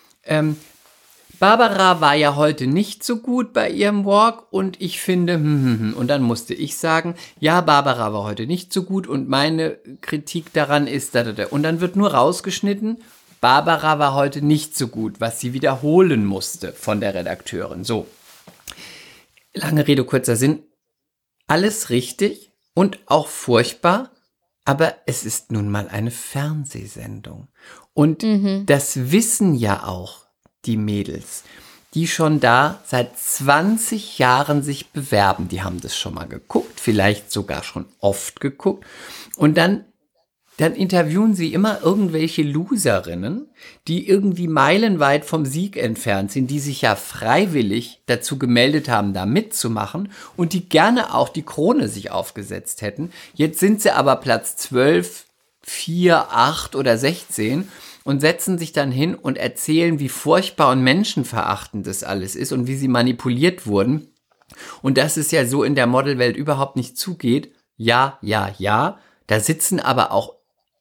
C: Barbara war ja heute nicht so gut bei ihrem Walk und ich finde, und dann musste ich sagen, ja, Barbara war heute nicht so gut und meine Kritik daran ist, und dann wird nur rausgeschnitten, Barbara war heute nicht so gut, was sie wiederholen musste von der Redakteurin. So, lange Rede, kurzer Sinn, alles richtig und auch furchtbar, aber es ist nun mal eine Fernsehsendung. Und das wissen ja auch die Mädels, die schon da seit 20 Jahren sich bewerben. Die haben das schon mal geguckt, vielleicht sogar schon oft geguckt. Und dann interviewen sie immer irgendwelche Loserinnen, die irgendwie meilenweit vom Sieg entfernt sind, die sich ja freiwillig dazu gemeldet haben, da mitzumachen und die gerne auch die Krone sich aufgesetzt hätten. Jetzt sind sie aber Platz 12, 4, 8 oder 16 und setzen sich dann hin und erzählen, wie furchtbar und menschenverachtend das alles ist und wie sie manipuliert wurden. Und dass es ja so in der Modelwelt überhaupt nicht zugeht. Ja. Da sitzen aber auch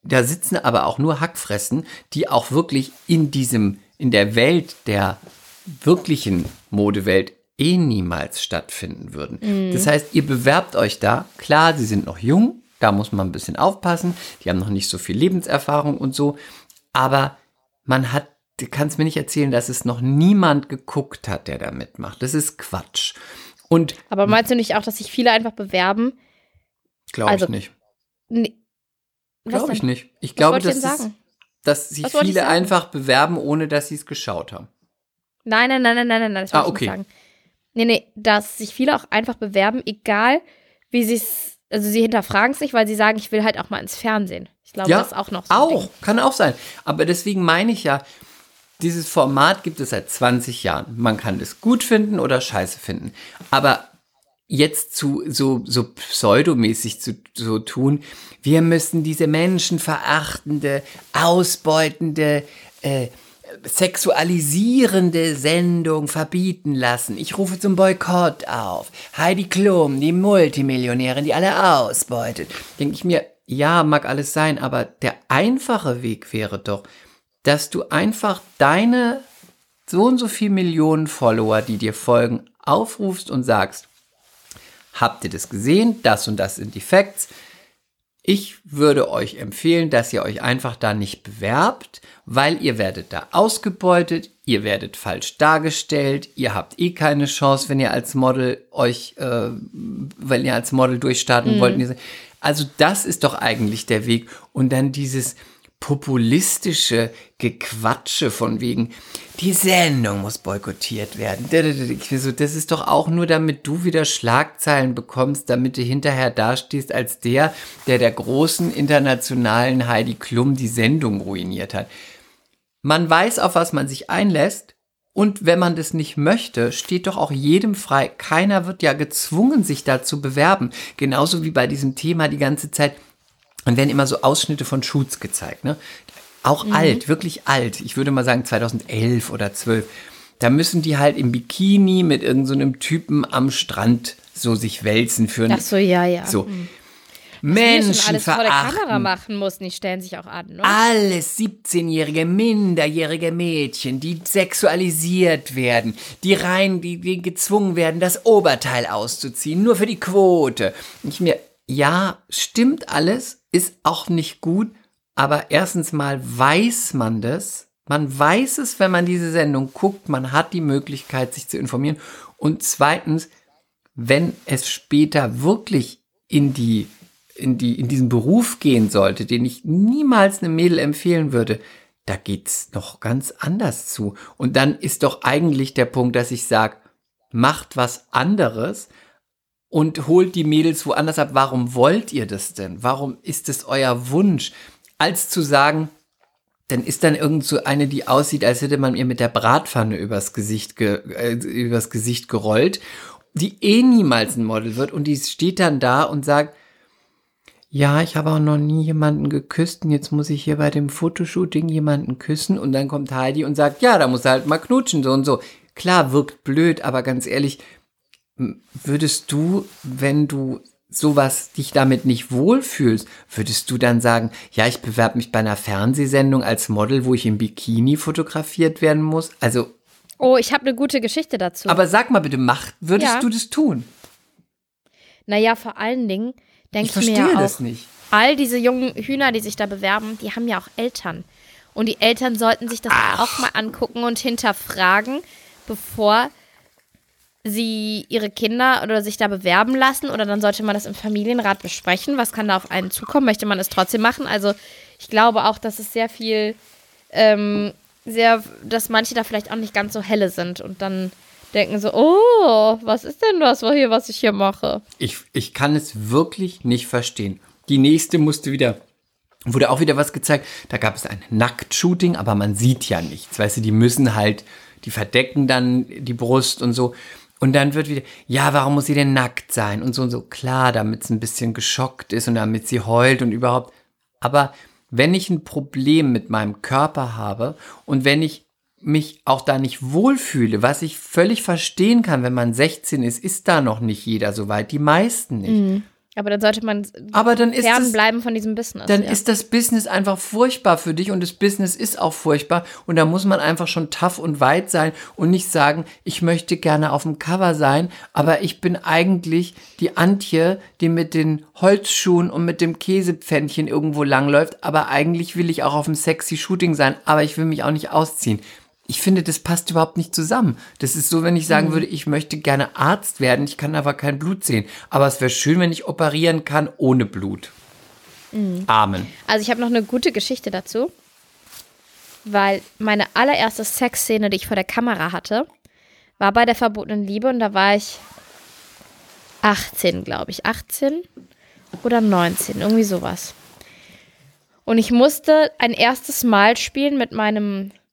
C: nur Hackfressen, die auch wirklich in der Welt der wirklichen Modewelt niemals stattfinden würden. Das heißt, ihr bewerbt euch da. Klar, sie sind noch jung, da muss man ein bisschen aufpassen. Die haben noch nicht so viel Lebenserfahrung und so. Aber du kannst mir nicht erzählen, dass es noch niemand geguckt hat, der da mitmacht. Das ist Quatsch.
B: Aber meinst du nicht auch, dass sich viele einfach bewerben?
C: Glaube ich nicht.
B: Nee.
C: Glaube ich nicht. Ich glaube, dass sich viele
B: sagen?
C: einfach bewerben, ohne dass sie es geschaut haben.
B: Nein, das wollte ich nicht sagen. Nee, dass sich viele auch einfach bewerben, egal wie sie es, also sie hinterfragen es nicht, weil sie sagen, ich will halt auch mal ins Fernsehen. Ich glaube, das ist auch noch so.
C: Kann auch sein. Aber deswegen meine ich ja, Dieses Format gibt es seit 20 Jahren. Man kann es gut finden oder scheiße finden. Aber jetzt so pseudomäßig so tun, wir müssen diese menschenverachtende, ausbeutende, sexualisierende Sendung verbieten lassen. Ich rufe zum Boykott auf. Heidi Klum, die Multimillionärin, die alle ausbeutet. Denke ich mir, ja, mag alles sein, aber der einfache Weg wäre doch, dass du einfach deine so und so viel Millionen Follower, die dir folgen, aufrufst und sagst, habt ihr das gesehen? Das und das sind die Facts. Ich würde euch empfehlen, dass ihr euch einfach da nicht bewerbt, weil ihr werdet da ausgebeutet, ihr werdet falsch dargestellt, ihr habt eh keine Chance, wenn ihr als Model durchstarten wollt. Also das ist doch eigentlich der Weg. Und dann dieses populistische Gequatsche von wegen, die Sendung muss boykottiert werden. Das ist doch auch nur, damit du wieder Schlagzeilen bekommst, damit du hinterher dastehst als der großen internationalen Heidi Klum die Sendung ruiniert hat. Man weiß, auf was man sich einlässt, und wenn man das nicht möchte, steht doch auch jedem frei. Keiner wird ja gezwungen, sich da zu bewerben. Genauso wie bei diesem Thema die ganze Zeit. Und werden immer so Ausschnitte von Shoots gezeigt, ne? Auch alt, wirklich alt. Ich würde mal sagen 2011 oder 12. Da müssen die halt im Bikini mit irgendeinem Typen am Strand so sich wälzen für
B: Ach so, ja.
C: So.
B: Menschen alles vor der Kamera
C: verachten.
B: machen mussten, die stellen sich auch an, ne?
C: Alles 17-jährige, minderjährige Mädchen, die sexualisiert werden, die gezwungen werden, das Oberteil auszuziehen, nur für die Quote. Ja, stimmt alles, ist auch nicht gut, aber erstens mal weiß man das. Man weiß es, wenn man diese Sendung guckt, man hat die Möglichkeit, sich zu informieren. Und zweitens, wenn es später wirklich in diesen Beruf gehen sollte, den ich niemals einem Mädel empfehlen würde, da geht's noch ganz anders zu. Und dann ist doch eigentlich der Punkt, dass ich sage, macht was anderes und holt die Mädels woanders ab. Warum wollt ihr das denn? Warum ist es euer Wunsch? Als zu sagen, dann ist dann irgend so eine, die aussieht, als hätte man ihr mit der Bratpfanne übers Gesicht gerollt, die eh niemals ein Model wird, und die steht dann da und sagt, ja, ich habe auch noch nie jemanden geküsst und jetzt muss ich hier bei dem Fotoshooting jemanden küssen, und dann kommt Heidi und sagt, ja, da muss er halt mal knutschen, so und so. Klar, wirkt blöd, aber ganz ehrlich, würdest du, wenn du sowas dich damit nicht wohlfühlst, würdest du dann sagen, ja, ich bewerbe mich bei einer Fernsehsendung als Model, wo ich im Bikini fotografiert werden muss? Also.
B: Oh, ich habe eine gute Geschichte dazu.
C: Aber sag mal bitte, würdest du das tun?
B: Naja, vor allen Dingen denke ich mir ja auch,
C: verstehe das nicht.
B: All diese jungen Hühner, die sich da bewerben, die haben ja auch Eltern. Und die Eltern sollten sich das auch mal angucken und hinterfragen, bevor sie ihre Kinder oder sich da bewerben lassen, oder dann sollte man das im Familienrat besprechen. Was kann da auf einen zukommen? Möchte man es trotzdem machen? Also ich glaube auch, dass es sehr viel, dass manche da vielleicht auch nicht ganz so helle sind und dann denken so, oh, was ist denn das, was ich hier mache?
C: Ich kann es wirklich nicht verstehen. Die nächste wurde auch wieder was gezeigt. Da gab es ein Nacktshooting, aber man sieht ja nichts. Weißt du, die verdecken dann die Brust und so. Und dann wird wieder, ja, warum muss sie denn nackt sein? Und so und so. Klar, damit es ein bisschen geschockt ist und damit sie heult und überhaupt. Aber wenn ich ein Problem mit meinem Körper habe und wenn ich mich auch da nicht wohlfühle, was ich völlig verstehen kann, wenn man 16 ist da noch nicht jeder so weit, die meisten nicht.
B: Mhm. Aber dann sollte man fernbleiben von diesem Business.
C: Dann ist das Business einfach furchtbar für dich, und das Business ist auch furchtbar, und da muss man einfach schon tough und weit sein und nicht sagen, ich möchte gerne auf dem Cover sein, aber ich bin eigentlich die Antje, die mit den Holzschuhen und mit dem Käsepfännchen irgendwo langläuft, aber eigentlich will ich auch auf dem sexy Shooting sein, aber ich will mich auch nicht ausziehen. Ich finde, das passt überhaupt nicht zusammen. Das ist so, wenn ich sagen würde, ich möchte gerne Arzt werden, ich kann aber kein Blut sehen. Aber es wäre schön, wenn ich operieren kann ohne Blut. Amen.
B: Also ich habe noch eine gute Geschichte dazu, weil meine allererste Sexszene, die ich vor der Kamera hatte, war bei der verbotenen Liebe, und da war ich 18, glaube ich. 18 oder 19, irgendwie sowas. Und ich musste ein erstes Mal spielen mit meinem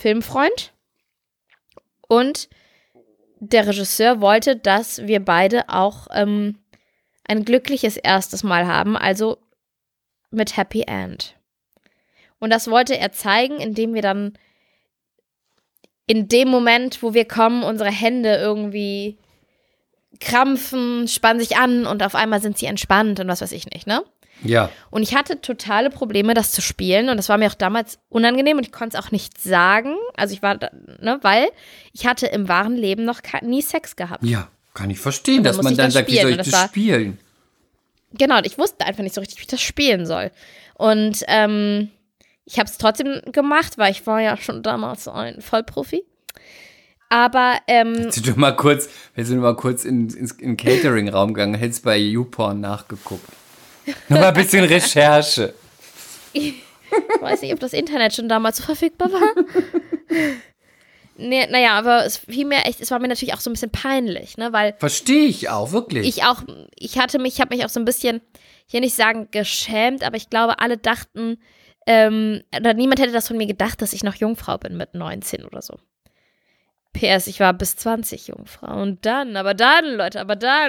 B: Filmfreund. Und der Regisseur wollte, dass wir beide auch ein glückliches erstes Mal haben, also mit Happy End. Und das wollte er zeigen, indem wir dann in dem Moment, wo wir kommen, unsere Hände irgendwie krampfen, spannen sich an und auf einmal sind sie entspannt und was weiß ich nicht, ne?
C: Ja.
B: Und ich hatte totale Probleme, das zu spielen und das war mir auch damals unangenehm und ich konnte es auch nicht sagen. Also ich war, ne, weil ich hatte im wahren Leben noch nie Sex gehabt.
C: Ja, kann ich verstehen,
B: dann
C: dass man dann sagt, wie soll ich das spielen?
B: Genau, und ich wusste einfach nicht so richtig, wie ich das spielen soll. Und ich habe es trotzdem gemacht, weil ich war ja schon damals ein Vollprofi. Aber,
C: Willst du mal kurz in den Catering-Raum gegangen, hättest bei YouPorn nachgeguckt. Nur mal ein bisschen Recherche.
B: Ich weiß nicht, ob das Internet schon damals so verfügbar war. Nee, naja, aber es war mir natürlich auch so ein bisschen peinlich, ne, weil.
C: Verstehe ich auch, wirklich.
B: Ich habe mich auch so ein bisschen, ich will nicht sagen geschämt, aber ich glaube, alle dachten, oder niemand hätte das von mir gedacht, dass ich noch Jungfrau bin mit 19 oder so. PS, ich war bis 20 Jungfrau. Und dann, Leute.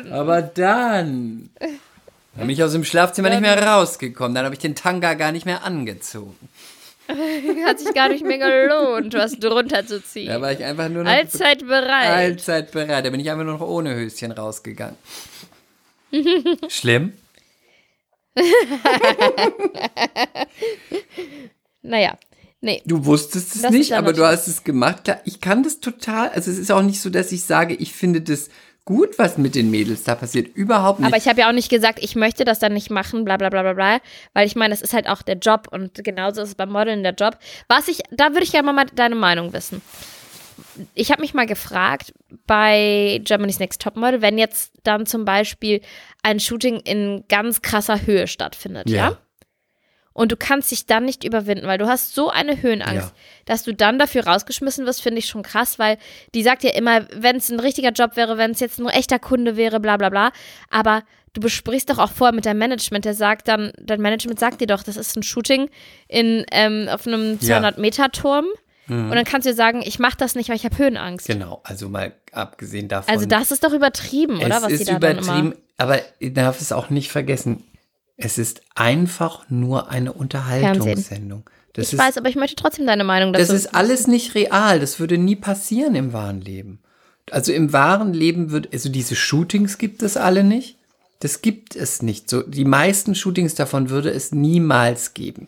C: Bin ich aus dem Schlafzimmer nicht mehr rausgekommen. Dann habe ich den Tanga gar nicht mehr angezogen.
B: Hat sich gar nicht mehr gelohnt, was drunter zu ziehen.
C: Da war ich einfach nur noch
B: allzeit bereit.
C: Da bin ich einfach nur noch ohne Höschen rausgegangen. Schlimm?
B: Naja, nee.
C: Du wusstest es nicht, aber du hast es gemacht. Klar, ich kann das total, also es ist auch nicht so, dass ich sage, ich finde das gut, was mit den Mädels da passiert. Überhaupt nicht.
B: Aber ich habe ja auch nicht gesagt, ich möchte das dann nicht machen, bla bla bla bla bla. Weil ich meine, das ist halt auch der Job und genauso ist es beim Modeln der Job. Da würde ich gerne mal deine Meinung wissen. Ich habe mich mal gefragt, bei Germany's Next Topmodel, wenn jetzt dann zum Beispiel ein Shooting in ganz krasser Höhe stattfindet, ja? Und du kannst dich dann nicht überwinden, weil du hast so eine Höhenangst, dass du dann dafür rausgeschmissen wirst, finde ich schon krass, weil die sagt ja immer, wenn es ein richtiger Job wäre, wenn es jetzt ein echter Kunde wäre, bla bla bla, aber du besprichst doch auch vorher mit deinem Management, dein Management sagt dir doch, das ist ein Shooting auf einem 200-Meter-Turm und dann kannst du dir sagen, ich mache das nicht, weil ich habe Höhenangst.
C: Genau, also mal abgesehen davon.
B: Also das ist doch übertrieben, oder?
C: Es ist übertrieben, aber ich darf es auch nicht vergessen. Es ist einfach nur eine Unterhaltungssendung.
B: Ich weiß, aber ich möchte trotzdem deine Meinung dazu.
C: Das ist alles nicht real. Das würde nie passieren im wahren Leben. Also im wahren Leben also diese Shootings gibt es alle nicht. Das gibt es nicht. So, die meisten Shootings davon würde es niemals geben.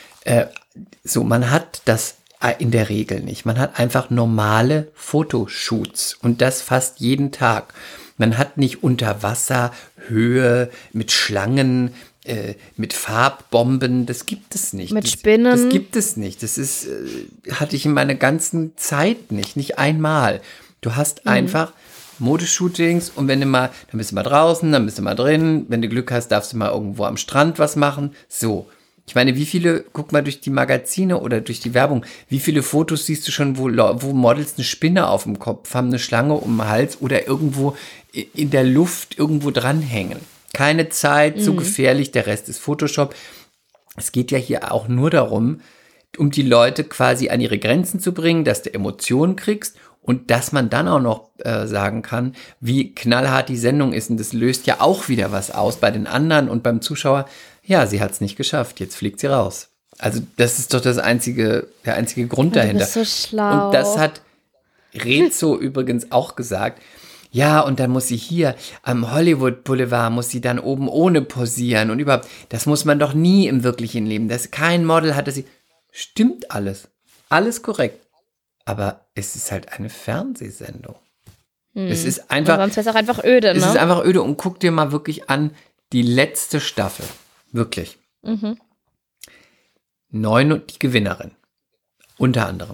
C: Man hat das in der Regel nicht. Man hat einfach normale Fotoshoots und das fast jeden Tag. Man hat nicht Unterwasserhöhe mit Schlangen, mit Farbbomben, das gibt es nicht.
B: Mit Spinnen.
C: Das gibt es nicht. Das ist, hatte ich in meiner ganzen Zeit nicht einmal. Du hast einfach Modeshootings und wenn du mal, dann bist du mal draußen, dann bist du mal drin, wenn du Glück hast, darfst du mal irgendwo am Strand was machen. So. Ich meine, guck mal durch die Magazine oder durch die Werbung, wie viele Fotos siehst du schon, wo Models eine Spinne auf dem Kopf haben, eine Schlange um den Hals oder irgendwo in der Luft irgendwo dranhängen. Keine Zeit, zu gefährlich, der Rest ist Photoshop. Es geht ja hier auch nur darum, um die Leute quasi an ihre Grenzen zu bringen, dass du Emotionen kriegst und dass man dann auch noch sagen kann, wie knallhart die Sendung ist. Und das löst ja auch wieder was aus bei den anderen und beim Zuschauer. Ja, sie hat es nicht geschafft, jetzt fliegt sie raus. Also das ist doch der einzige Grund dahinter.
B: Du bist so schlau.
C: Und das hat Rezo übrigens auch gesagt. Ja, und dann muss sie hier am Hollywood Boulevard, muss sie dann oben ohne posieren und überhaupt, das muss man doch nie im wirklichen Leben. Kein Model hatte sie. Stimmt alles. Alles korrekt. Aber es ist halt eine Fernsehsendung. Es ist einfach.
B: Und sonst wäre es auch einfach öde, ne?
C: Es ist einfach öde und guck dir mal wirklich an, die letzte Staffel. Wirklich. Die Gewinnerin. Unter anderem.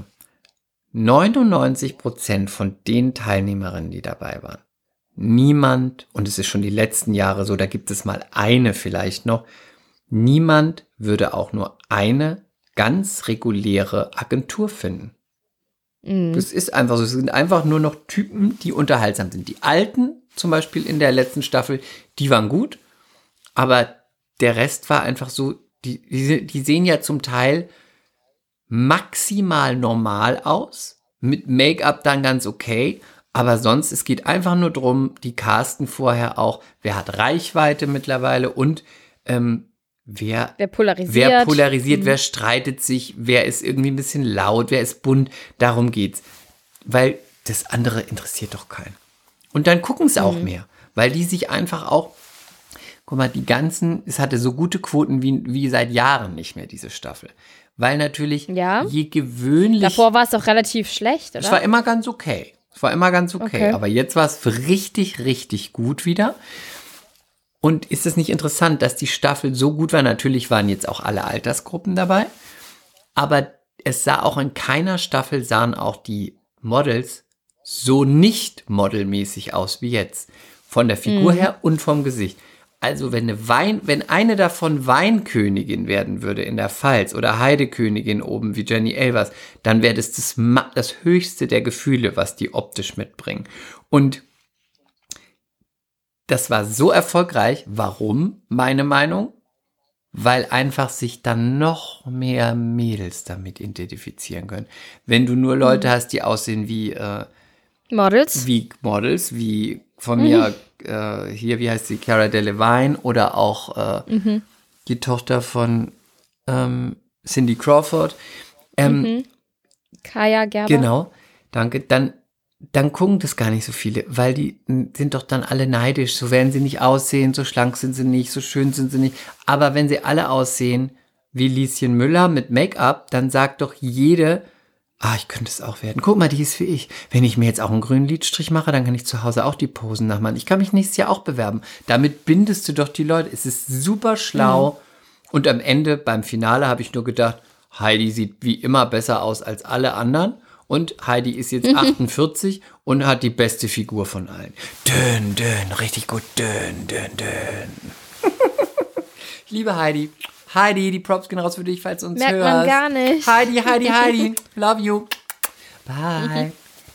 C: 99% von den Teilnehmerinnen, die dabei waren. Niemand, und es ist schon die letzten Jahre so, da gibt es mal eine vielleicht noch, niemand würde auch nur eine ganz reguläre Agentur finden. Das ist einfach so. Es sind einfach nur noch Typen, die unterhaltsam sind. Die Alten, zum Beispiel in der letzten Staffel, die waren gut, aber der Rest war einfach so, die sehen ja zum Teil maximal normal aus, mit Make-up dann ganz okay, aber sonst, es geht einfach nur drum, die casten vorher auch, wer hat Reichweite mittlerweile und wer polarisiert, wer streitet sich, wer ist irgendwie ein bisschen laut, wer ist bunt, darum geht's. Weil das andere interessiert doch keinen. Und dann gucken es auch mehr, weil die sich einfach auch, guck mal, es hatte so gute Quoten wie seit Jahren nicht mehr, diese Staffel. Weil natürlich, je gewöhnlich.
B: Davor war es doch relativ schlecht, oder?
C: Es war immer ganz okay. Aber jetzt war es richtig, richtig gut wieder. Und ist es nicht interessant, dass die Staffel so gut war? Natürlich waren jetzt auch alle Altersgruppen dabei. Aber es sah auch in keiner Staffel, sahen auch die Models so nicht modelmäßig aus wie jetzt. Von der Figur her und vom Gesicht. Also wenn eine davon Weinkönigin werden würde in der Pfalz oder Heidekönigin oben wie Jenny Elvers, dann wäre das höchste der Gefühle, was die optisch mitbringen. Und das war so erfolgreich. Warum? Meine Meinung? Weil einfach sich dann noch mehr Mädels damit identifizieren können. Wenn du nur Leute hast, die aussehen wie
B: Models,
C: wie von mir hier, wie heißt sie, Cara Delevingne oder auch die Tochter von Cindy Crawford.
B: Kaya Gerber.
C: Genau, danke. Dann gucken das gar nicht so viele, weil die sind doch dann alle neidisch. So werden sie nicht aussehen, so schlank sind sie nicht, so schön sind sie nicht. Aber wenn sie alle aussehen wie Lieschen Müller mit Make-up, dann sagt doch jede, ich könnte es auch werden. Guck mal, die ist wie ich. Wenn ich mir jetzt auch einen grünen Lidstrich mache, dann kann ich zu Hause auch die Posen nachmachen. Ich kann mich nächstes Jahr auch bewerben. Damit bindest du doch die Leute. Es ist super schlau. Und am Ende, beim Finale, habe ich nur gedacht, Heidi sieht wie immer besser aus als alle anderen. Und Heidi ist jetzt 48 und hat die beste Figur von allen. Dünn, richtig gut. Dünn. Ich liebe Heidi. Heidi, die Props gehen raus für dich, falls du uns hörst.
B: Merkt man gar nicht.
C: Heidi. Love you. Bye.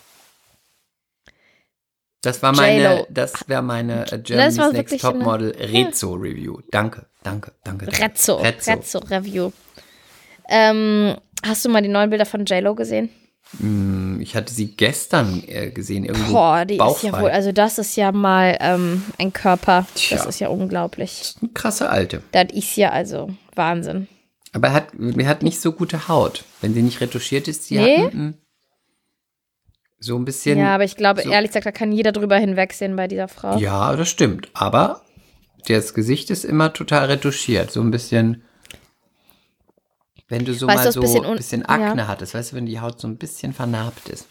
C: Das war meine Germany's Next Topmodel Rezzo-Review. Danke.
B: Rezzo-Review. Hast du mal die neuen Bilder von J-Lo gesehen?
C: Ich hatte sie gestern gesehen. Irgendwo
B: Boah, die
C: bauchfrei.
B: ist ja wohl, also das ist ja mal ein Körper.
C: Tja.
B: Das ist ja unglaublich.
C: Das ist eine krasse Alte.
B: Das ist ja also Wahnsinn.
C: Aber er hat nicht so gute Haut. Wenn sie nicht retuschiert ist, so ein bisschen.
B: Ja, aber ich glaube, ehrlich gesagt, da kann jeder drüber hinwegsehen bei dieser Frau.
C: Ja, das stimmt. Aber das Gesicht ist immer total retuschiert. So ein bisschen. Wenn du so
B: weißt
C: mal
B: du,
C: so ein bisschen Akne hattest, weißt du, wenn die Haut so ein bisschen vernarbt ist.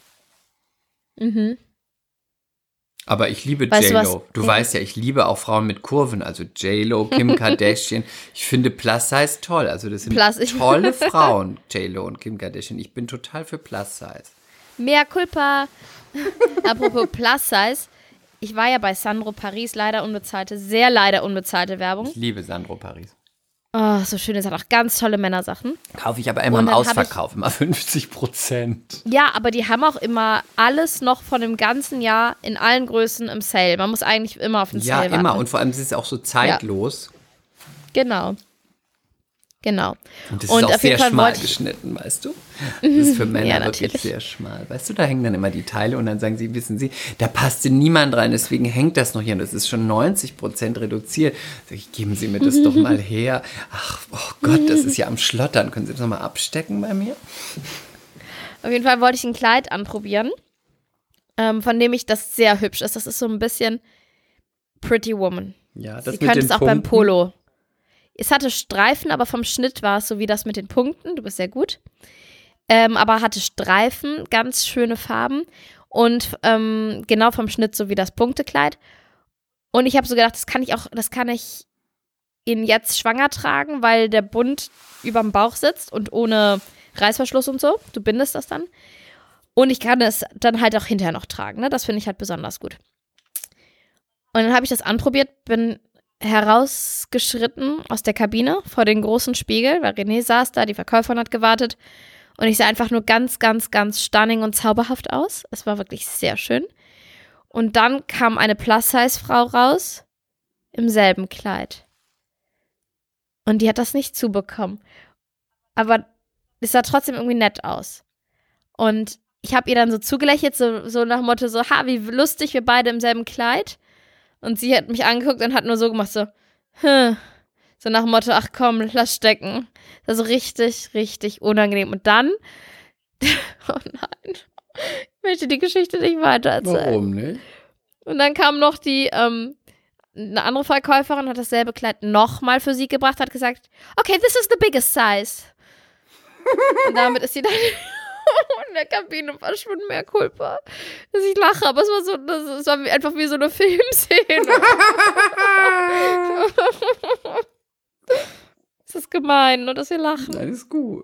C: Aber ich liebe J-Lo. Du weißt ja, ich liebe auch Frauen mit Kurven. Also J-Lo, Kim Kardashian. Ich finde Plus-Size toll. Also das sind tolle Frauen, J-Lo und Kim Kardashian. Ich bin total für Plus-Size.
B: Mea culpa. Apropos Plus-Size. Ich war ja bei Sandro Paris, sehr leider unbezahlte Werbung.
C: Ich liebe Sandro Paris.
B: Oh, so schön, es hat auch ganz tolle Männersachen.
C: Kaufe ich aber immer im Ausverkauf, immer 50%.
B: Ja, aber die haben auch immer alles noch von dem ganzen Jahr in allen Größen im Sale. Man muss eigentlich immer auf den Sale warten.
C: Ja, immer. Und vor allem ist es auch so zeitlos.
B: Ja. Genau.
C: Und das ist auch sehr schmal geschnitten, weißt du? Das ist für Männer wirklich sehr schmal. Weißt du, da hängen dann immer die Teile und dann sagen sie, wissen Sie, da passte niemand rein, deswegen hängt das noch hier und das ist schon 90% reduziert. Sag ich, geben Sie mir das doch mal her. Ach, oh Gott, das ist ja am Schlottern. Können Sie das nochmal abstecken bei mir?
B: Auf jeden Fall wollte ich ein Kleid anprobieren, von dem das sehr hübsch ist. Das ist so ein bisschen Pretty Woman.
C: Ja, das
B: Sie könnte es auch beim Polo. Es hatte Streifen, aber vom Schnitt war es so wie das mit den Punkten. Du bist sehr gut. Aber hatte Streifen, ganz schöne Farben und genau vom Schnitt so wie das Punktekleid. Und ich habe so gedacht, das kann ich in jetzt schwanger tragen, weil der Bund überm Bauch sitzt und ohne Reißverschluss und so. Du bindest das dann. Und ich kann es dann halt auch hinterher noch tragen. Ne? Das finde ich halt besonders gut. Und dann habe ich das anprobiert, bin herausgeschritten aus der Kabine vor den großen Spiegel, weil René saß da, die Verkäuferin hat gewartet und ich sah einfach nur ganz, ganz, ganz stunning und zauberhaft aus. Es war wirklich sehr schön. Und dann kam eine Plus-Size-Frau raus im selben Kleid. Und die hat das nicht zubekommen. Aber es sah trotzdem irgendwie nett aus. Und ich habe ihr dann so zugelächelt, so nach dem Motto so, ha, wie lustig, wir beide im selben Kleid. Und sie hat mich angeguckt und hat nur so gemacht, so, so nach dem Motto, ach komm, lass stecken. Das war so richtig, richtig unangenehm. Und dann, oh nein, ich möchte die Geschichte nicht weiter erzählen.
C: Warum nicht?
B: Und dann kam noch eine andere Verkäuferin, hat dasselbe Kleid nochmal für sie gebracht, hat gesagt, okay, this is the biggest size. Und damit ist sie dann in der Kabine verschwunden, mehr Culpa. Dass ich lache, aber es war einfach wie so eine Filmszene. Es ist gemein, nur dass wir lachen.
C: Alles gut.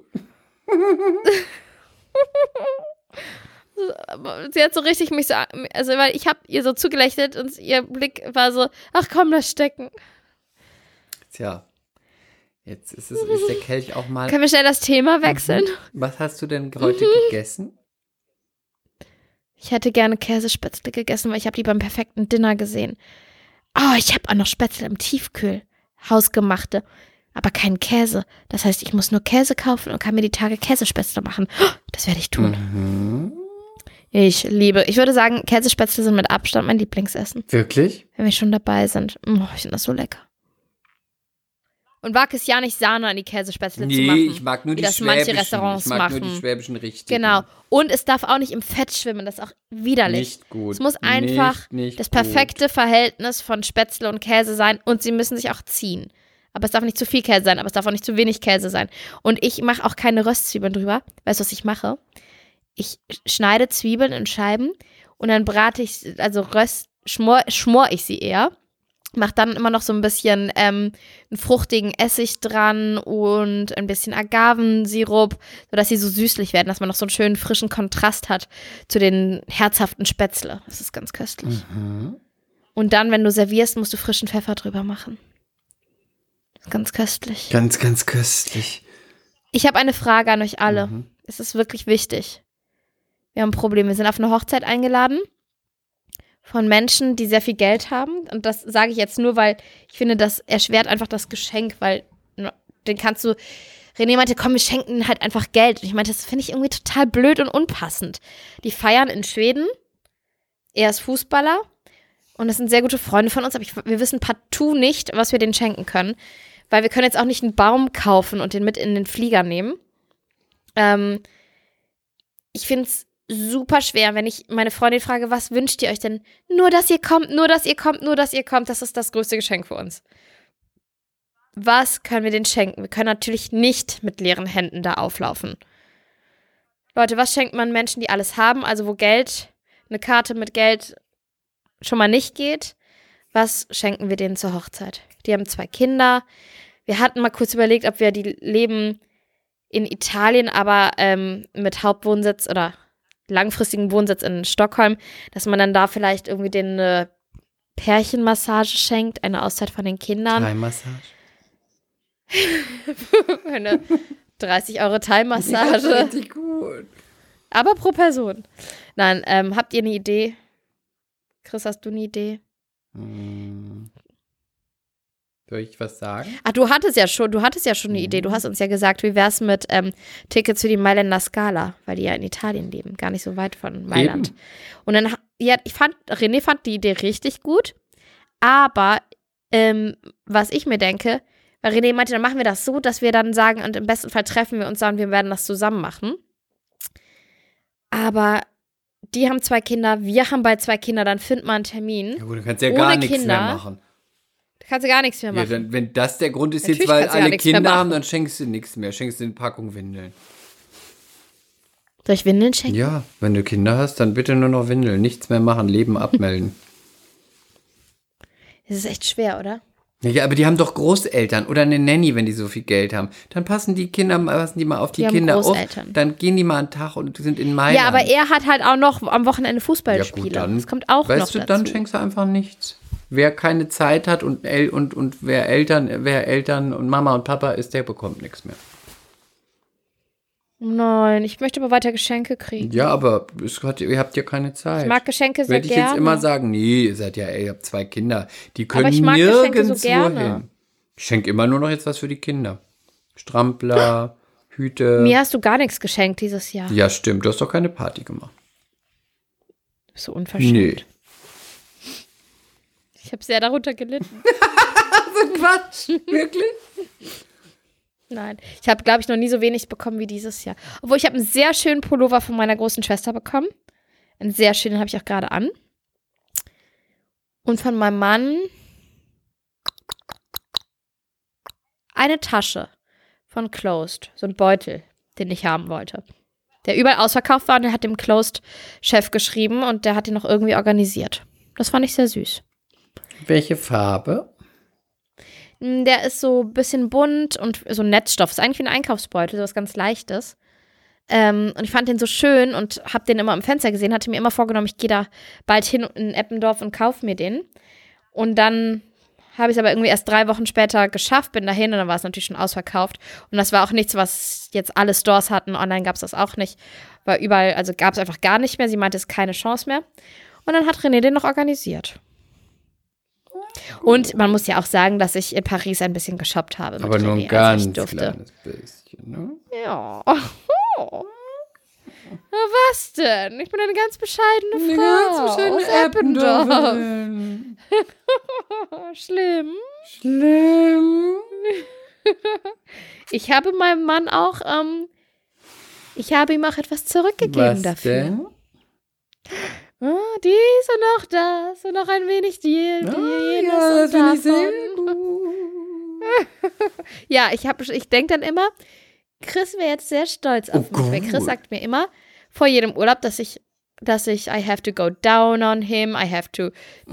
B: Sie hat so richtig mich so, also weil ich habe ihr so zugelächelt und ihr Blick war so, ach komm, lass stecken.
C: Tja, jetzt ist der Kelch auch mal...
B: Können wir schnell das Thema wechseln?
C: Was hast du denn heute gegessen?
B: Ich hätte gerne Käsespätzle gegessen, weil ich habe die beim perfekten Dinner gesehen. Oh, ich habe auch noch Spätzle im Tiefkühl. Hausgemachte. Aber keinen Käse. Das heißt, ich muss nur Käse kaufen und kann mir die Tage Käsespätzle machen. Das werde ich tun.
C: Mhm.
B: Ich würde sagen, Käsespätzle sind mit Abstand mein Lieblingsessen.
C: Wirklich?
B: Wenn wir schon dabei sind. Oh, ich finde das so lecker. Und wage es ja nicht, Sahne an die Käsespätzle zu machen.
C: Nee, ich mag nur die
B: das manche
C: schwäbischen.
B: Restaurants
C: Ich mag
B: machen.
C: nur die schwäbischen richtigen.
B: Genau. Und es darf auch nicht im Fett schwimmen. Das ist auch widerlich.
C: Nicht gut.
B: Es muss einfach
C: nicht
B: das
C: gut.
B: perfekte Verhältnis von Spätzle und Käse sein. Und sie müssen sich auch ziehen. Aber es darf nicht zu viel Käse sein, aber es darf auch nicht zu wenig Käse sein. Und ich mache auch keine Röstzwiebeln drüber. Weißt du, was ich mache? Ich schneide Zwiebeln in Scheiben und dann brate ich, also schmor ich sie eher. Mach dann immer noch so ein bisschen einen fruchtigen Essig dran und ein bisschen Agavensirup, sodass sie so süßlich werden, dass man noch so einen schönen frischen Kontrast hat zu den herzhaften Spätzle. Das ist ganz köstlich.
C: Mhm.
B: Und dann, wenn du servierst, musst du frischen Pfeffer drüber machen. Das ist ganz köstlich.
C: Ganz, ganz köstlich.
B: Ich habe eine Frage an euch alle.
C: Mhm.
B: Es ist wirklich wichtig. Wir haben ein Problem. Wir sind auf eine Hochzeit eingeladen von Menschen, die sehr viel Geld haben. Und das sage ich jetzt nur, weil ich finde, das erschwert einfach das Geschenk, weil den kannst du... René meinte, komm, wir schenken halt einfach Geld. Und ich meinte, das finde ich irgendwie total blöd und unpassend. Die feiern in Schweden. Er ist Fußballer. Und das sind sehr gute Freunde von uns. Aber wir wissen partout nicht, was wir denen schenken können. Weil wir können jetzt auch nicht einen Baum kaufen und den mit in den Flieger nehmen. Ich finde es super schwer, wenn ich meine Freundin frage, was wünscht ihr euch denn? Nur, dass ihr kommt, nur, dass ihr kommt, nur, dass ihr kommt. Das ist das größte Geschenk für uns. Was können wir denen schenken? Wir können natürlich nicht mit leeren Händen da auflaufen. Leute, was schenkt man Menschen, die alles haben? Also wo Geld, eine Karte mit Geld schon mal nicht geht. Was schenken wir denen zur Hochzeit? Die haben 2 Kinder. Wir hatten mal kurz überlegt, ob wir die leben in Italien, aber mit Hauptwohnsitz oder langfristigen Wohnsitz in Stockholm, dass man dann da vielleicht irgendwie denen eine Pärchenmassage schenkt, eine Auszeit von den Kindern.
C: Thai-Massage?
B: Eine 30 € Thai-Massage.
C: Ja, richtig gut.
B: Aber pro Person. Nein, habt ihr eine Idee? Chris, hast du eine Idee?
C: Soll ich was sagen?
B: Ach, du hattest ja schon eine Idee. Du hast uns ja gesagt, wie wär's mit Tickets für die Mailänder Scala, weil die ja in Italien leben, gar nicht so weit von Mailand.
C: Eben.
B: Und dann, ja, René fand die Idee richtig gut, aber was ich mir denke, weil René meinte, dann machen wir das so, dass wir dann sagen, und im besten Fall treffen wir uns da und wir werden das zusammen machen. Aber die haben 2 Kinder, wir haben bald 2 Kinder, dann find mal einen Termin.
C: Ja gut, dann kannst du ja gar
B: Ohne
C: nichts
B: Kinder.
C: mehr machen.
B: Da kannst du gar nichts mehr
C: Ja,
B: machen.
C: dann, wenn das der Grund ist
B: Natürlich
C: jetzt, weil
B: kannst du ja
C: alle
B: nichts mehr
C: Kinder
B: machen.
C: haben, dann schenkst du nichts mehr. Schenkst du eine Packung Windeln.
B: Soll ich Windeln schenken?
C: Ja, wenn du Kinder hast, dann bitte nur noch Windeln. Nichts mehr machen, Leben abmelden.
B: Das ist echt schwer, oder?
C: Ja, aber die haben doch Großeltern oder eine Nanny, wenn die so viel Geld haben. Dann passen die mal auf die
B: Die haben
C: Kinder auf.
B: Großeltern.
C: Dann gehen die mal einen Tag und sind in Mailand.
B: Ja, aber er hat halt auch noch am Wochenende
C: Ja
B: Fußballspiele.
C: gut, dann,
B: das kommt auch
C: weißt
B: noch
C: du,
B: dazu.
C: dann schenkst du einfach nichts. Wer keine Zeit hat und wer Eltern und Mama und Papa ist, der bekommt nichts mehr.
B: Nein, ich möchte aber weiter Geschenke kriegen.
C: Ja, aber ihr habt ja keine Zeit.
B: Ich mag Geschenke sehr
C: Werde ich
B: gerne.
C: jetzt immer sagen, nee, ihr habt 2 Kinder. Die können
B: ich mag Geschenke so
C: nirgendwo
B: gerne.
C: hin. Ich schenke immer nur noch jetzt was für die Kinder. Strampler, Hüte.
B: Mir hast du gar nichts geschenkt dieses Jahr.
C: Ja, stimmt. Du hast doch keine Party gemacht.
B: So unverschämt.
C: Nee.
B: Ich habe sehr darunter gelitten.
C: So Quatsch. Wirklich?
B: Nein. Ich habe, glaube ich, noch nie so wenig bekommen wie dieses Jahr. Obwohl, ich habe einen sehr schönen Pullover von meiner großen Schwester bekommen. Einen sehr schönen, den habe ich auch gerade an. Und von meinem Mann eine Tasche von Closed. So ein Beutel, den ich haben wollte. Der überall ausverkauft war und der hat dem Closed-Chef geschrieben und der hat ihn noch irgendwie organisiert. Das fand ich sehr süß.
C: Welche Farbe?
B: Der ist so ein bisschen bunt und so ein Netzstoff. Ist eigentlich wie ein Einkaufsbeutel, so was ganz Leichtes. Und ich fand den so schön und habe den immer am Fenster gesehen, hatte mir immer vorgenommen, ich gehe da bald hin in Eppendorf und kaufe mir den. Und dann habe ich es aber irgendwie erst 3 Wochen später geschafft, bin dahin und dann war es natürlich schon ausverkauft. Und das war auch nichts, was jetzt alle Stores hatten. Online gab es das auch nicht. War überall, also gab es einfach gar nicht mehr. Sie meinte, es ist keine Chance mehr. Und dann hat René den noch organisiert. Und man muss ja auch sagen, dass ich in Paris ein bisschen geshoppt habe.
C: Aber nur ein ganz kleines bisschen, ne?
B: Ja. Na, was denn? Ich bin eine ganz bescheidene Frau. Aus Eppendorf. Schlimm. Ich habe meinem Mann auch, ich habe ihm auch etwas zurückgegeben
C: was
B: dafür.
C: Denn?
B: Dies und noch das und noch ein wenig jenes
C: ja,
B: und
C: das finde ich sehr
B: davon. Ja, ich denke dann immer, Chris wäre jetzt sehr stolz auf mich, weil Chris sagt mir immer vor jedem Urlaub, dass ich I have to go down on him, I have to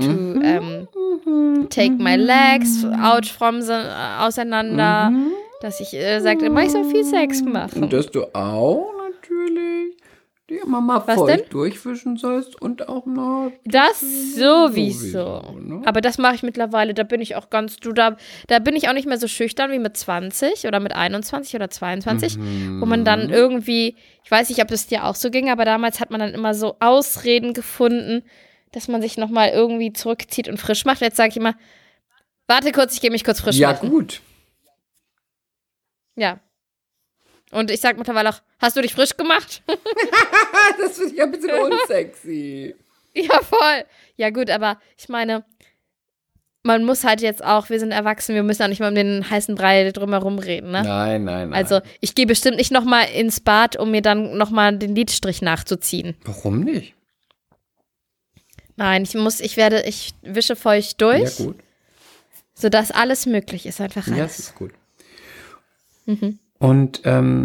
B: take my legs out from auseinander, dass ich sagt immer, ich soll viel Sex machen.
C: Und dass du auch natürlich die immer mal
B: Was
C: feucht
B: denn?
C: Durchwischen sollst und auch noch.
B: Das sowieso.
C: Ne?
B: Aber das mache ich mittlerweile, da bin ich auch da bin ich auch nicht mehr so schüchtern wie mit 20 oder mit 21 oder 22, wo man dann irgendwie, ich weiß nicht, ob es dir auch so ging, aber damals hat man dann immer so Ausreden gefunden, dass man sich nochmal irgendwie zurückzieht und frisch macht. Jetzt sage ich immer, warte kurz, ich gehe mich kurz frisch machen.
C: Ja, gut.
B: Ja. Und ich sage mittlerweile auch, hast du dich frisch gemacht?
C: Das finde ich ein bisschen unsexy.
B: Ja, voll. Ja, gut, aber ich meine, man muss halt jetzt auch, wir sind erwachsen, wir müssen auch nicht mal um den heißen Brei drumherum reden, ne?
C: Nein.
B: Also, ich gehe bestimmt nicht nochmal ins Bad, um mir dann nochmal den Lidstrich nachzuziehen.
C: Warum nicht?
B: Nein, ich wische feucht durch,
C: Ja, gut.
B: sodass alles möglich ist, einfach alles.
C: Ja, das ist gut.
B: Mhm.
C: Und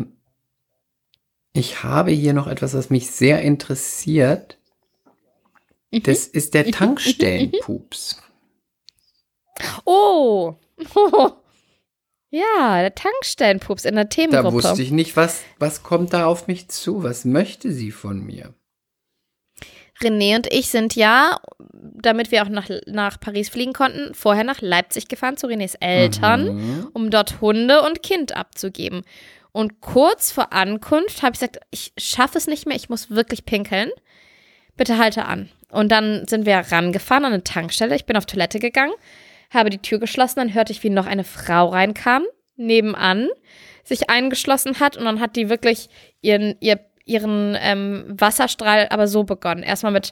C: ich habe hier noch etwas, was mich sehr interessiert. Das ist der Tankstellenpups.
B: Oh. Ja, der Tankstellenpups in der
C: Da
B: Themengruppe.
C: wusste ich nicht, was kommt da auf mich zu? Was möchte sie von mir?
B: René und ich sind ja, damit wir auch nach Paris fliegen konnten, vorher nach Leipzig gefahren zu Renés Eltern, um dort Hunde und Kind abzugeben. Und kurz vor Ankunft habe ich gesagt, ich schaffe es nicht mehr, ich muss wirklich pinkeln. Bitte halte an. Und dann sind wir rangefahren an eine Tankstelle. Ich bin auf Toilette gegangen, habe die Tür geschlossen, dann hörte ich, wie noch eine Frau reinkam, nebenan, sich eingeschlossen hat und dann hat die wirklich ihren Wasserstrahl aber so begonnen. Erstmal mit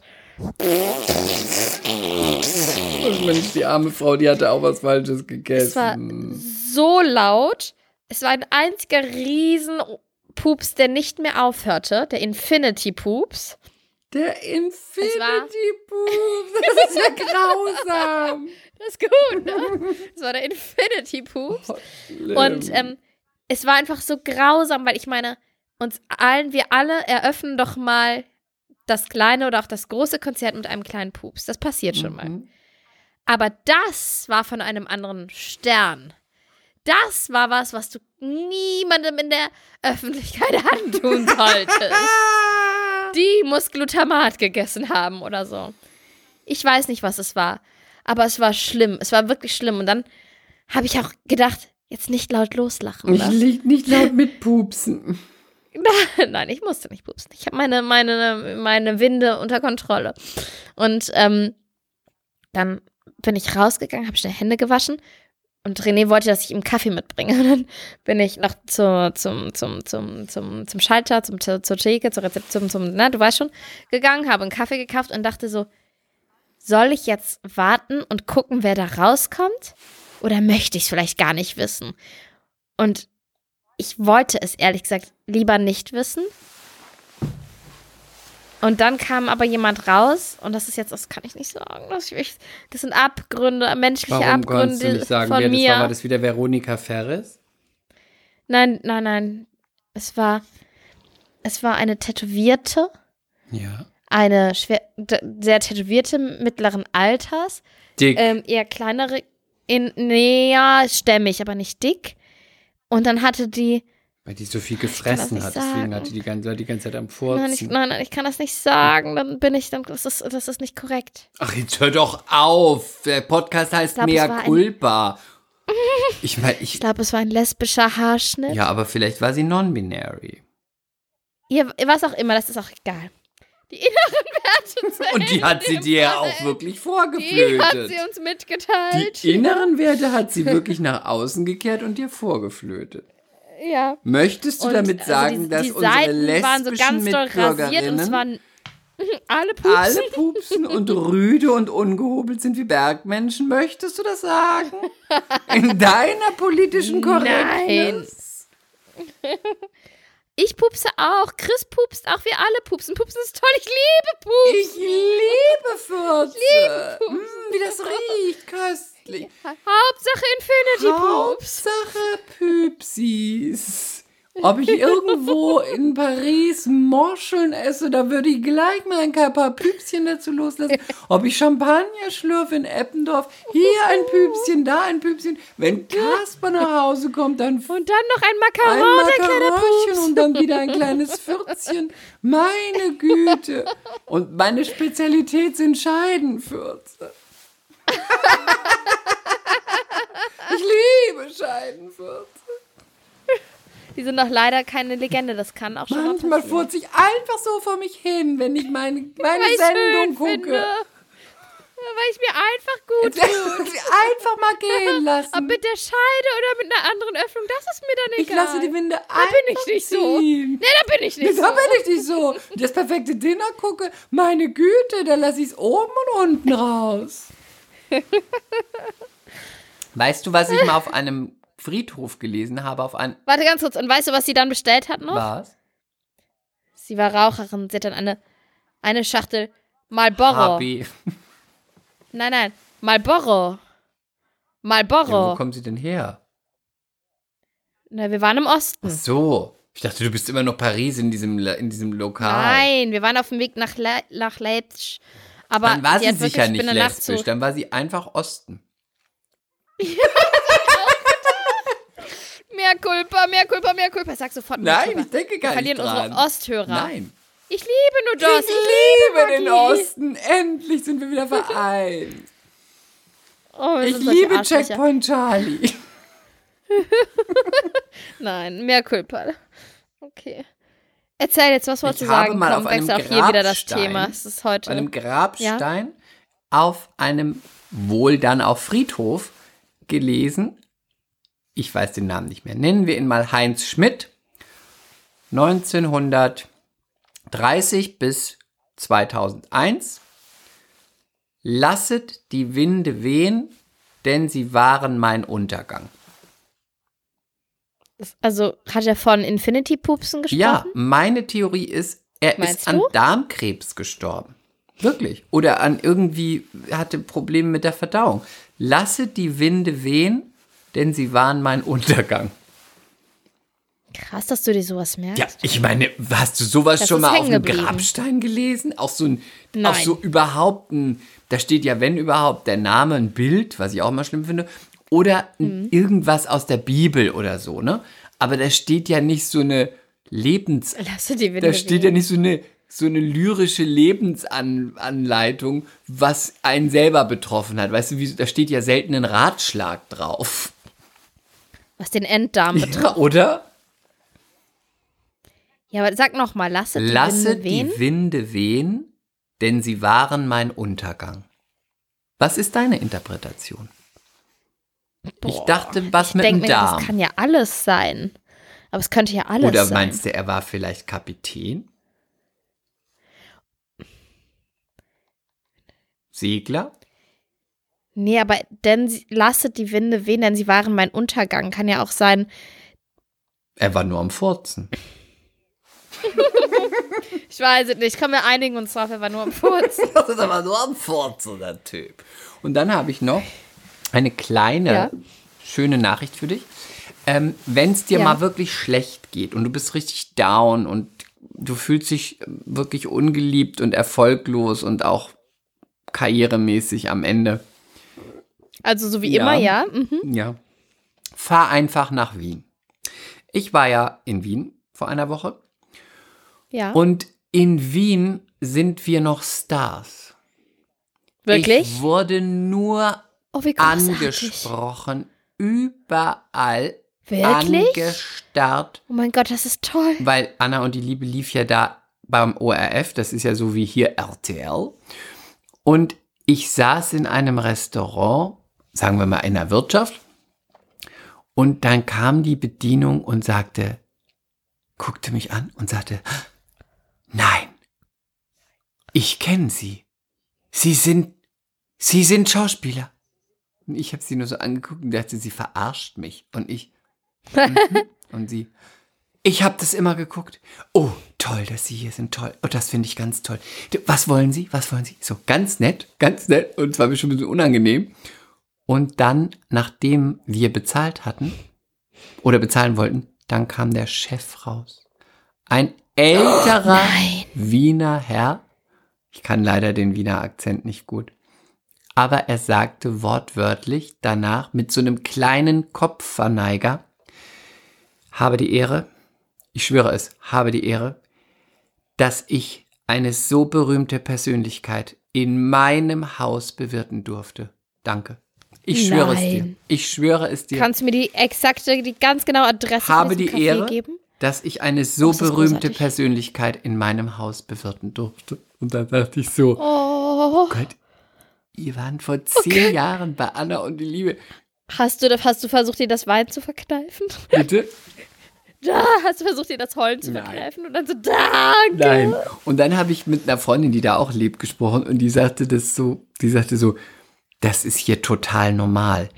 C: Mensch, die arme Frau, die hatte auch was Falsches gegessen.
B: Es war so laut. Es war ein einziger Riesenpups, der nicht mehr aufhörte. Der Infinity-Pups.
C: Der Infinity-Pups. Das ist ja grausam.
B: Das ist gut, ne? Das war der Infinity-Pups. Und es war einfach so grausam, weil ich meine, wir alle eröffnen doch mal das kleine oder auch das große Konzert mit einem kleinen Pups. Das passiert schon mal. Aber das war von einem anderen Stern. Das war was du niemandem in der Öffentlichkeit antun solltest. Die muss Glutamat gegessen haben oder so. Ich weiß nicht, was es war. Aber es war schlimm. Es war wirklich schlimm. Und dann habe ich auch gedacht, jetzt nicht laut loslachen.
C: Ich nicht laut mitpupsen.
B: Nein, ich musste nicht pupsen. Ich habe meine Winde unter Kontrolle. Und dann bin ich rausgegangen, habe schnell Hände gewaschen Und René wollte, dass ich ihm Kaffee mitbringe. Und dann bin ich noch zum Schalter, zur Theke, zur Rezeption, du weißt schon, gegangen, habe einen Kaffee gekauft und dachte so, soll ich jetzt warten und gucken, wer da rauskommt? Oder möchte ich es vielleicht gar nicht wissen? Und ich wollte es ehrlich gesagt lieber nicht wissen. Und dann kam aber jemand raus und das kann ich nicht sagen. Das sind Abgründe, menschliche
C: Warum
B: Abgründe
C: kannst du nicht sagen,
B: von
C: wer
B: mir.
C: das war? War das wieder Veronika Ferris?
B: Nein. Es war eine Tätowierte.
C: Ja.
B: Eine sehr tätowierte mittleren Alters.
C: Dick.
B: Eher kleinere, stämmig, aber nicht dick. Und dann hatte die...
C: Weil die so viel gefressen hat, deswegen hat die die ganze Zeit am Furzen.
B: Nein, ich kann das nicht sagen. Das ist nicht korrekt.
C: Ach, jetzt hör doch auf. Der Podcast heißt Mea Culpa. Ich
B: glaube, es war ein lesbischer Haarschnitt.
C: Ja, aber vielleicht war sie non-binary.
B: Ja, was auch immer, das ist auch egal. Die inneren Werte.
C: Und die hat sie dir ja auch wirklich vorgeflötet.
B: Die hat sie uns mitgeteilt.
C: Die inneren Werte hat sie wirklich nach außen gekehrt und dir vorgeflötet.
B: Ja.
C: Möchtest du damit sagen, dass unsere lesbischen
B: waren so ganz doll rasiert und es waren alle
C: pupsen und rüde und ungehobelt sind wie Bergmenschen? Möchtest du das sagen? In deiner politischen Korrektness?
B: Nein. Ich pupse auch. Chris pupst auch. Wir alle pupsen. Pupsen ist toll. Ich liebe Pupsen.
C: Ich liebe Furze.
B: Ich liebe Pupsen.
C: Wie das riecht. Köstlich.
B: Hauptsache Infinity Pups.
C: Hauptsache Püpsis. Ob ich irgendwo in Paris Morscheln esse, da würde ich gleich mal ein paar Püpschen dazu loslassen. Ob ich Champagner schlürfe in Eppendorf, hier ein Püpschen, da ein Püpschen. Wenn Kasper nach Hause kommt, dann...
B: Und dann noch ein Macaron, ein kleiner Pups.
C: Und dann wieder ein kleines Pfürzchen. Meine Güte. Und meine Spezialität sind Scheidenfürze. Ich liebe Scheidenfürze.
B: Die sind doch leider keine Legende, das kann auch schon
C: Manchmal furze ich einfach so vor mich hin, wenn ich meine Sendung gucke.
B: Finde. Weil ich mir einfach gut tue.
C: Einfach mal gehen lassen.
B: Ob mit der Scheide oder mit einer anderen Öffnung, das ist mir dann egal.
C: Ich lasse die Winde einfach
B: Da bin ich nicht so.
C: ziehen.
B: Nee, da bin ich nicht so.
C: Da bin ich nicht so. Das perfekte Dinner gucke, meine Güte, da lasse ich es oben und unten raus. Weißt du, was ich mal auf einem Friedhof gelesen habe?
B: Warte ganz kurz, und weißt du, was sie dann bestellt hat noch?
C: Was?
B: Sie war Raucherin, sie hat dann eine Schachtel Marlboro.
C: Happy.
B: Nein, Marlboro.
C: Ja, wo kommen sie denn her?
B: Na, wir waren im Osten.
C: Ach so. Ich dachte, du bist immer noch Paris in diesem Lokal.
B: Nein, wir waren auf dem Weg nach Leipzig. Aber
C: dann war sie
B: hat
C: sicher nicht
B: Spinne
C: lesbisch, dann war sie einfach Osten.
B: Mehr Culpa. Sag sofort mehr
C: Nein,
B: Culpa.
C: ich denke gar nicht dran.
B: Wir verlieren unsere Osthörer.
C: Nein.
B: Ich liebe nur das.
C: Ich liebe den
B: Maggi.
C: Osten. Endlich sind wir wieder vereint.
B: Oh,
C: Ich liebe Checkpoint Charlie.
B: Nein, mehr Culpa. Okay. Erzähl jetzt, was wolltest du sagen?
C: Mal
B: Komm,
C: auf einem
B: wechsel auch hier wieder das
C: Grabstein,
B: Thema. Es ist heute.
C: Auf einem Grabstein auf einem wohl dann auf Friedhof gelesen. Ich weiß den Namen nicht mehr. Nennen wir ihn mal Heinz Schmidt. 1930 bis 2001. Lasset die Winde wehen, denn sie waren mein Untergang.
B: Also hat er von Infinity Pupsen gesprochen?
C: Ja, meine Theorie ist, er ist an Darmkrebs gestorben. Wirklich. Oder er hatte Probleme mit der Verdauung. Lasset die Winde wehen, denn sie waren mein Untergang.
B: Krass, dass du dir sowas merkst.
C: Ja, ich meine, hast du sowas
B: Das
C: schon
B: ist
C: mal auf
B: hängen
C: einem
B: geblieben.
C: Grabstein gelesen? Auch so
B: Nein.
C: überhaupt da steht ja, wenn überhaupt, der Name, ein Bild, was ich auch mal schlimm finde, oder irgendwas aus der Bibel oder so, ne? Aber da steht ja nicht so eine
B: Lass die Winde
C: da steht ja nicht so eine lyrische Lebensanleitung, was einen selber betroffen hat. Weißt du, da steht ja selten ein Ratschlag drauf.
B: Was den Enddarm betrifft.
C: Ja, oder?
B: Ja, aber sag nochmal, lasset
C: Die Winde wehen, denn sie waren mein Untergang. Was ist deine Interpretation? Ich dachte, was mit
B: Ich
C: dem
B: denke mir,
C: Darm.
B: das kann ja alles sein. Aber es könnte ja alles
C: Oder
B: sein.
C: meinst du, er war vielleicht Kapitän? Segler?
B: Nee, aber denn lasset die Winde wehen, denn sie waren mein Untergang. Kann ja auch sein.
C: Er war nur am Furzen.
B: Ich weiß es nicht. Können wir einigen uns drauf, er war nur am Furzen.
C: Das ist aber nur am Furzen, der Typ. Und dann habe ich noch eine kleine, schöne Nachricht für dich. Wenn es dir mal wirklich schlecht geht und du bist richtig down und du fühlst dich wirklich ungeliebt und erfolglos und auch karrieremäßig am Ende.
B: Also so wie immer, ja. Mhm.
C: Ja. Fahr einfach nach Wien. Ich war ja in Wien vor einer Woche.
B: Ja.
C: Und in Wien sind wir noch Stars.
B: Wirklich?
C: Ich wurde nur
B: Oh, wie großartig.
C: angesprochen, überall
B: Wirklich?
C: angestarrt,
B: Oh mein Gott, das ist toll.
C: weil Anna und die Liebe lief ja da beim ORF, das ist ja so wie hier RTL. Und ich saß in einem Restaurant, sagen wir mal in der Wirtschaft, und dann kam die Bedienung und sagte, guckte mich an und sagte, nein, ich kenne Sie. Sie sind Schauspieler. Und ich habe sie nur so angeguckt und dachte, sie verarscht mich. Und ich, und sie, ich habe das immer geguckt. Oh, toll, dass Sie hier sind, toll. Oh, das finde ich ganz toll. Was wollen Sie? Was wollen Sie? So, ganz nett. Und es war mir schon ein bisschen unangenehm. Und dann, nachdem wir bezahlt hatten oder bezahlen wollten, dann kam der Chef raus. Ein älterer Wiener Herr. Ich kann leider den Wiener Akzent nicht gut. Aber er sagte wortwörtlich danach mit so einem kleinen Kopfverneiger, habe die Ehre, ich schwöre es, habe die Ehre, dass ich eine so berühmte Persönlichkeit in meinem Haus bewirten durfte. Danke. Ich schwöre es dir. Ich schwöre es dir.
B: Kannst du mir die ganz genaue Adresse
C: Habe
B: von diesem
C: die
B: Café
C: Ehre,
B: geben?
C: dass ich eine so
B: Das ist
C: berühmte
B: großartig.
C: Persönlichkeit in meinem Haus bewirten durfte. Und dann dachte ich so,
B: Oh.
C: Gott, ihr waren vor 10 Jahren bei Anna und die Liebe.
B: Hast du versucht, dir das Wein zu verkneifen?
C: Bitte?
B: Hast du versucht, dir das Heulen zu
C: Nein.
B: verkneifen? Und dann so, danke.
C: Nein. Und dann habe ich mit einer Freundin, die da auch lebt, gesprochen und die sagte so, das ist hier total normal.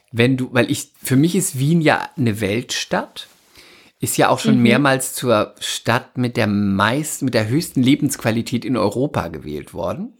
C: Für mich ist Wien ja eine Weltstadt, ist ja auch schon mehrmals zur Stadt mit der höchsten Lebensqualität in Europa gewählt worden.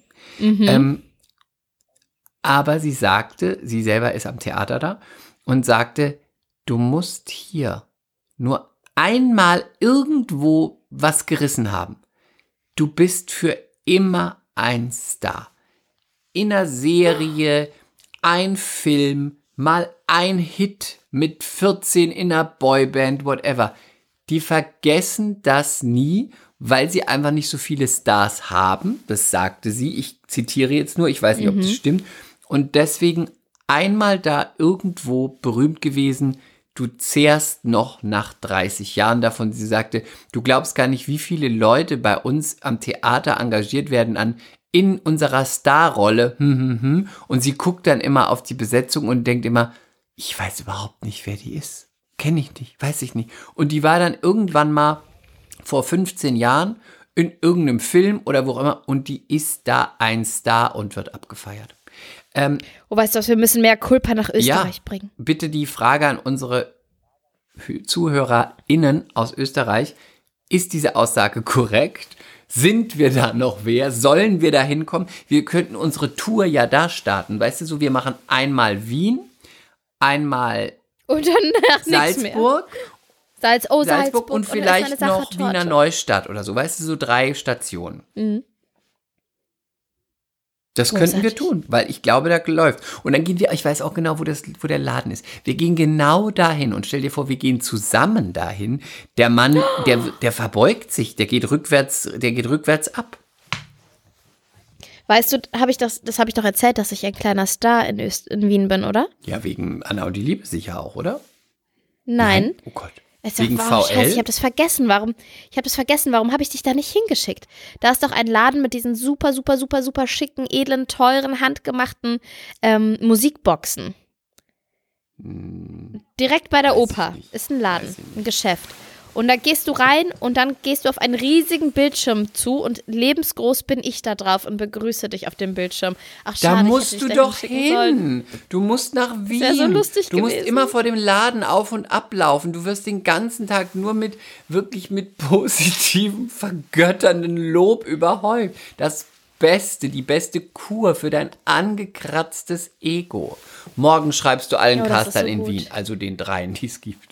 C: Aber sie sagte, sie selber ist am Theater da und sagte, du musst hier nur einmal irgendwo was gerissen haben. Du bist für immer ein Star. In einer Serie, ein Film, mal ein Hit mit 14 in einer Boyband, whatever. Die vergessen das nie, weil sie einfach nicht so viele Stars haben. Das sagte sie. Ich zitiere jetzt nur, ich weiß nicht, ob das stimmt. Und deswegen einmal da irgendwo berühmt gewesen. Du zehrst noch nach 30 Jahren davon. Sie sagte, du glaubst gar nicht, wie viele Leute bei uns am Theater engagiert werden in unserer Starrolle. Und sie guckt dann immer auf die Besetzung und denkt immer, ich weiß überhaupt nicht, wer die ist. Kenne ich nicht, weiß ich nicht. Und die war dann irgendwann mal vor 15 Jahren in irgendeinem Film oder wo auch immer und die ist da ein Star und wird abgefeiert.
B: Oh, weißt du was, wir müssen mehr Culpa nach Österreich bringen.
C: Bitte die Frage an unsere ZuhörerInnen aus Österreich. Ist diese Aussage korrekt? Sind wir da noch wer? Sollen wir da hinkommen? Wir könnten unsere Tour ja da starten. Weißt du, so wir machen einmal Wien, einmal
B: Und danach nichts mehr.
C: Salzburg,
B: Salzburg
C: und
B: dann
C: vielleicht
B: ist eine
C: noch
B: Sachertorte.
C: Wiener Neustadt oder so. Weißt du, so 3 Stationen. Das könnten wir tun, weil ich glaube, da läuft. Und dann gehen wir, ich weiß auch genau, wo der Laden ist. Wir gehen genau dahin und stell dir vor, wir gehen zusammen dahin. Der Mann, der verbeugt sich, der geht rückwärts ab.
B: Weißt du, das habe ich doch erzählt, dass ich ein kleiner Star in Wien bin, oder?
C: Ja, wegen Anna und die Liebe sicher auch, oder?
B: Nein.
C: Oh Gott.
B: Wegen VL? Scheiße, ich habe das vergessen. Warum habe ich dich da nicht hingeschickt? Da ist doch ein Laden mit diesen super, super, super, super schicken, edlen, teuren, handgemachten Musikboxen. Direkt bei der Oper ist ein Laden, ein Geschäft. Und da gehst du rein und dann gehst du auf einen riesigen Bildschirm zu und lebensgroß bin ich da drauf und begrüße dich auf dem Bildschirm. Ach, schade,
C: Da musst du doch hin.
B: Sollen.
C: Du musst nach Wien.
B: Das wäre so lustig
C: Du musst
B: gewesen.
C: immer vor dem Laden auf und ablaufen. Du wirst den ganzen Tag nur mit positivem, vergötternden Lob überhäuft. Die beste Kur für dein angekratztes Ego. Morgen schreibst du allen
B: das ist
C: Castern
B: so
C: in
B: gut.
C: Wien, also den 3, die es gibt.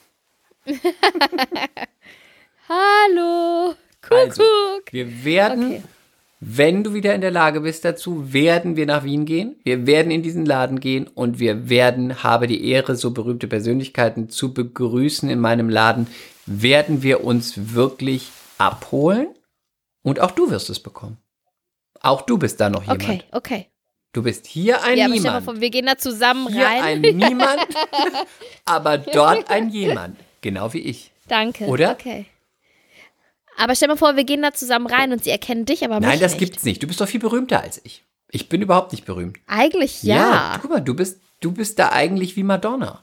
B: Hallo, Kuckuck.
C: Also, wir werden, wenn du wieder in der Lage bist dazu, werden wir nach Wien gehen. Wir werden in diesen Laden gehen und habe die Ehre, so berühmte Persönlichkeiten zu begrüßen in meinem Laden. Werden wir uns wirklich abholen und auch du wirst es bekommen. Auch du bist da noch jemand.
B: Okay.
C: Du bist hier ein
B: Ja, aber stell mal
C: Niemand.
B: vor, wir gehen da zusammen
C: Hier
B: rein.
C: ein Niemand, aber dort ein Jemand. Genau wie ich.
B: Danke.
C: Oder?
B: Okay. Aber stell mal vor, wir gehen da zusammen rein und sie erkennen dich, aber mich
C: Nein, das
B: nicht.
C: gibt's nicht. Du bist doch viel berühmter als ich. Ich bin überhaupt nicht berühmt.
B: Eigentlich ja.
C: Guck mal, du bist da eigentlich wie Madonna.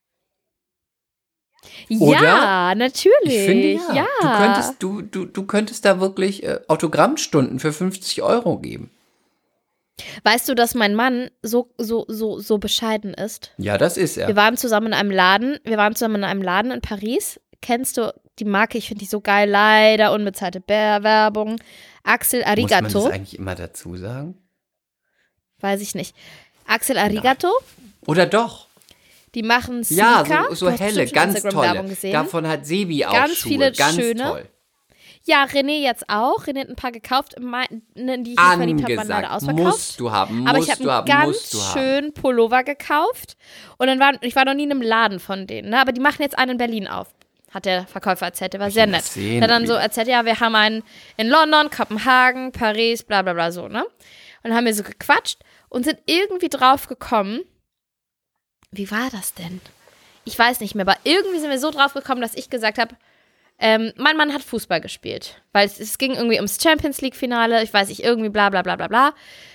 B: Ja,
C: Oder?
B: natürlich.
C: Ich finde
B: ja.
C: Du könntest da wirklich Autogrammstunden für 50 € geben.
B: Weißt du, dass mein Mann so bescheiden ist?
C: Ja, das ist er.
B: Wir waren zusammen in einem Laden in Paris. Kennst du die Marke? Ich finde die so geil. Leider unbezahlte Werbung. Axel Arigato.
C: Muss man das eigentlich immer dazu sagen?
B: Weiß ich nicht. Axel Arigato.
C: Oder doch?
B: Die machen
C: Ja,
B: Sneaker.
C: so
B: Du hast
C: helle,
B: bestimmt schon
C: ganz
B: Instagram-Werbung
C: tolle.
B: gesehen.
C: Davon hat Sebi auch
B: Ganz
C: Schuhe.
B: viele
C: Ganz
B: schöne.
C: toll.
B: Ja, René jetzt auch. René hat ein paar gekauft, in die ich nicht verliebt habe, waren leider
C: Angesagt.
B: ausverkauft.
C: Musst du haben,
B: Aber ich
C: musst
B: habe
C: du
B: einen
C: haben,
B: ganz
C: musst du haben.
B: schönen Pullover gekauft. Und ich war noch nie in einem Laden von denen. Ne? Aber die machen jetzt einen in Berlin auf. Hat der Verkäufer erzählt. Der war sehr nett. Der hat dann so erzählt, ja, wir haben einen in London, Kopenhagen, Paris, bla bla bla so, ne? Und dann haben wir so gequatscht und sind irgendwie drauf gekommen. Wie war das denn? Ich weiß nicht mehr, aber irgendwie sind wir so drauf gekommen, dass ich gesagt habe, mein Mann hat Fußball gespielt. Weil es ging irgendwie ums Champions League-Finale, ich weiß nicht, irgendwie bla bla bla bla bla.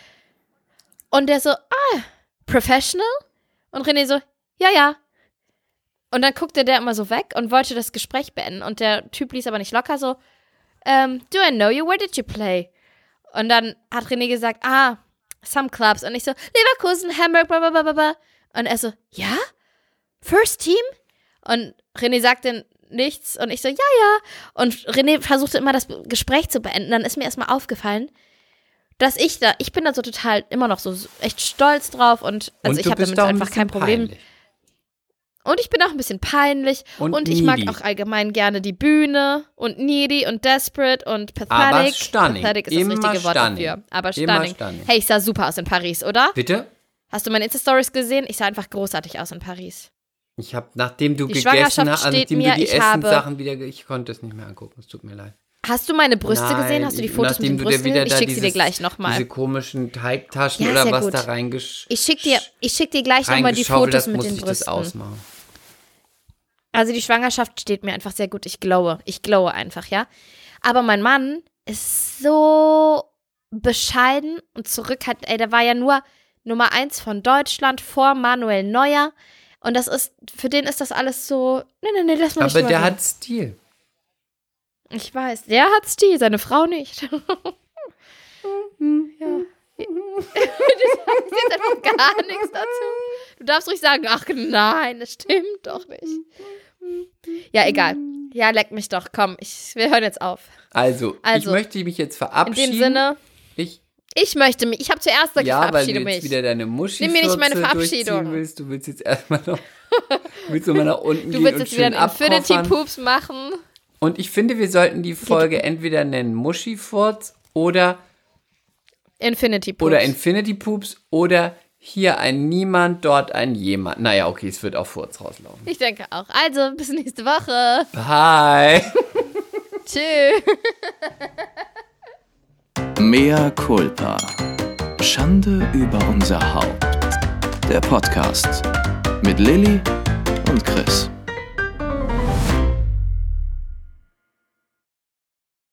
B: Und der so, professional? Und René so, ja. Und dann guckte der immer so weg und wollte das Gespräch beenden. Und der Typ ließ aber nicht locker so, do I know you? Where did you play? Und dann hat René gesagt, some clubs. Und ich so, Leverkusen, Hamburg, bla bla bla bla. Und er so, ja? First Team? Und René sagte nichts und ich so, ja. Und René versuchte immer das Gespräch zu beenden. Dann ist mir erstmal aufgefallen, dass ich bin da so total immer noch so echt stolz drauf und also ich habe damit einfach kein Problem.
C: Peinlich.
B: Und ich bin auch ein bisschen peinlich und ich mag auch allgemein gerne die Bühne und needy und desperate und pathetic.
C: Aber stunning.
B: Pathetic ist das
C: Immer
B: richtige Wort
C: stunning.
B: dafür. Aber
C: Immer
B: stunning.
C: stunning.
B: Hey, ich sah super aus in Paris, oder?
C: Bitte?
B: Hast du meine Insta-Stories gesehen? Ich sah einfach großartig aus in Paris.
C: Ich habe, nachdem du
B: Die
C: gegessen
B: Schwangerschaft
C: hast,
B: steht
C: nachdem
B: mir,
C: du die
B: ich habe-
C: Essenssachen wieder, ich konnte es nicht mehr angucken, es tut mir leid.
B: Hast du meine Brüste
C: Nein,
B: gesehen? Hast du die Fotos mit
C: nachdem
B: den
C: du dir
B: Brüsten
C: wieder
B: gesehen? Ich
C: da
B: schick sie dir gleich nochmal.
C: Diese komischen Teigtaschen
B: Ja,
C: oder
B: sehr
C: was
B: gut.
C: da reingesch...
B: Ich schick dir gleich nochmal die
C: reingeschaufelt
B: Fotos
C: hast,
B: mit
C: muss
B: den
C: ich das
B: Brüsten.
C: ausmachen.
B: Also die Schwangerschaft steht mir einfach sehr gut. Ich glowe einfach, ja. Aber mein Mann ist so bescheiden und zurückhaltend. Ey, der war ja nur Nummer 1 von Deutschland vor Manuel Neuer. Und für den ist das alles so, nee, lass mal nicht
C: Aber der
B: reden.
C: hat Stil.
B: Ich weiß, der hat Stil, seine Frau nicht. Ja. Du sagst jetzt einfach gar nichts dazu. Du darfst ruhig sagen, ach nein, das stimmt doch nicht. Ja, egal. Ja, leck mich doch, komm, wir hören jetzt auf.
C: Also, ich möchte mich jetzt
B: In
C: verabschieden.
B: dem Sinne,
C: Ich
B: habe zuerst gesagt, ich
C: weil du
B: verabschiede
C: jetzt
B: mich.
C: wieder deine Muschi
B: Nimm mir nicht meine Verabschiedung.
C: willst. Du willst jetzt erstmal noch willst du mal nach unten
B: Du
C: gehen
B: willst
C: und
B: jetzt wieder
C: schön
B: einen Infinity
C: abkoffern.
B: Poops machen.
C: Und ich finde, wir sollten die Folge entweder nennen Muschi-Furz oder
B: Infinity Poops.
C: Oder Infinity Poops oder hier ein Niemand, dort ein Jemand. Naja, okay, es wird auf Furz rauslaufen.
B: Ich denke auch. Also, bis nächste Woche.
C: Bye.
B: Tschüss.
A: Mea culpa. Schande über unser Haupt. Der Podcast mit Lilly und Chris.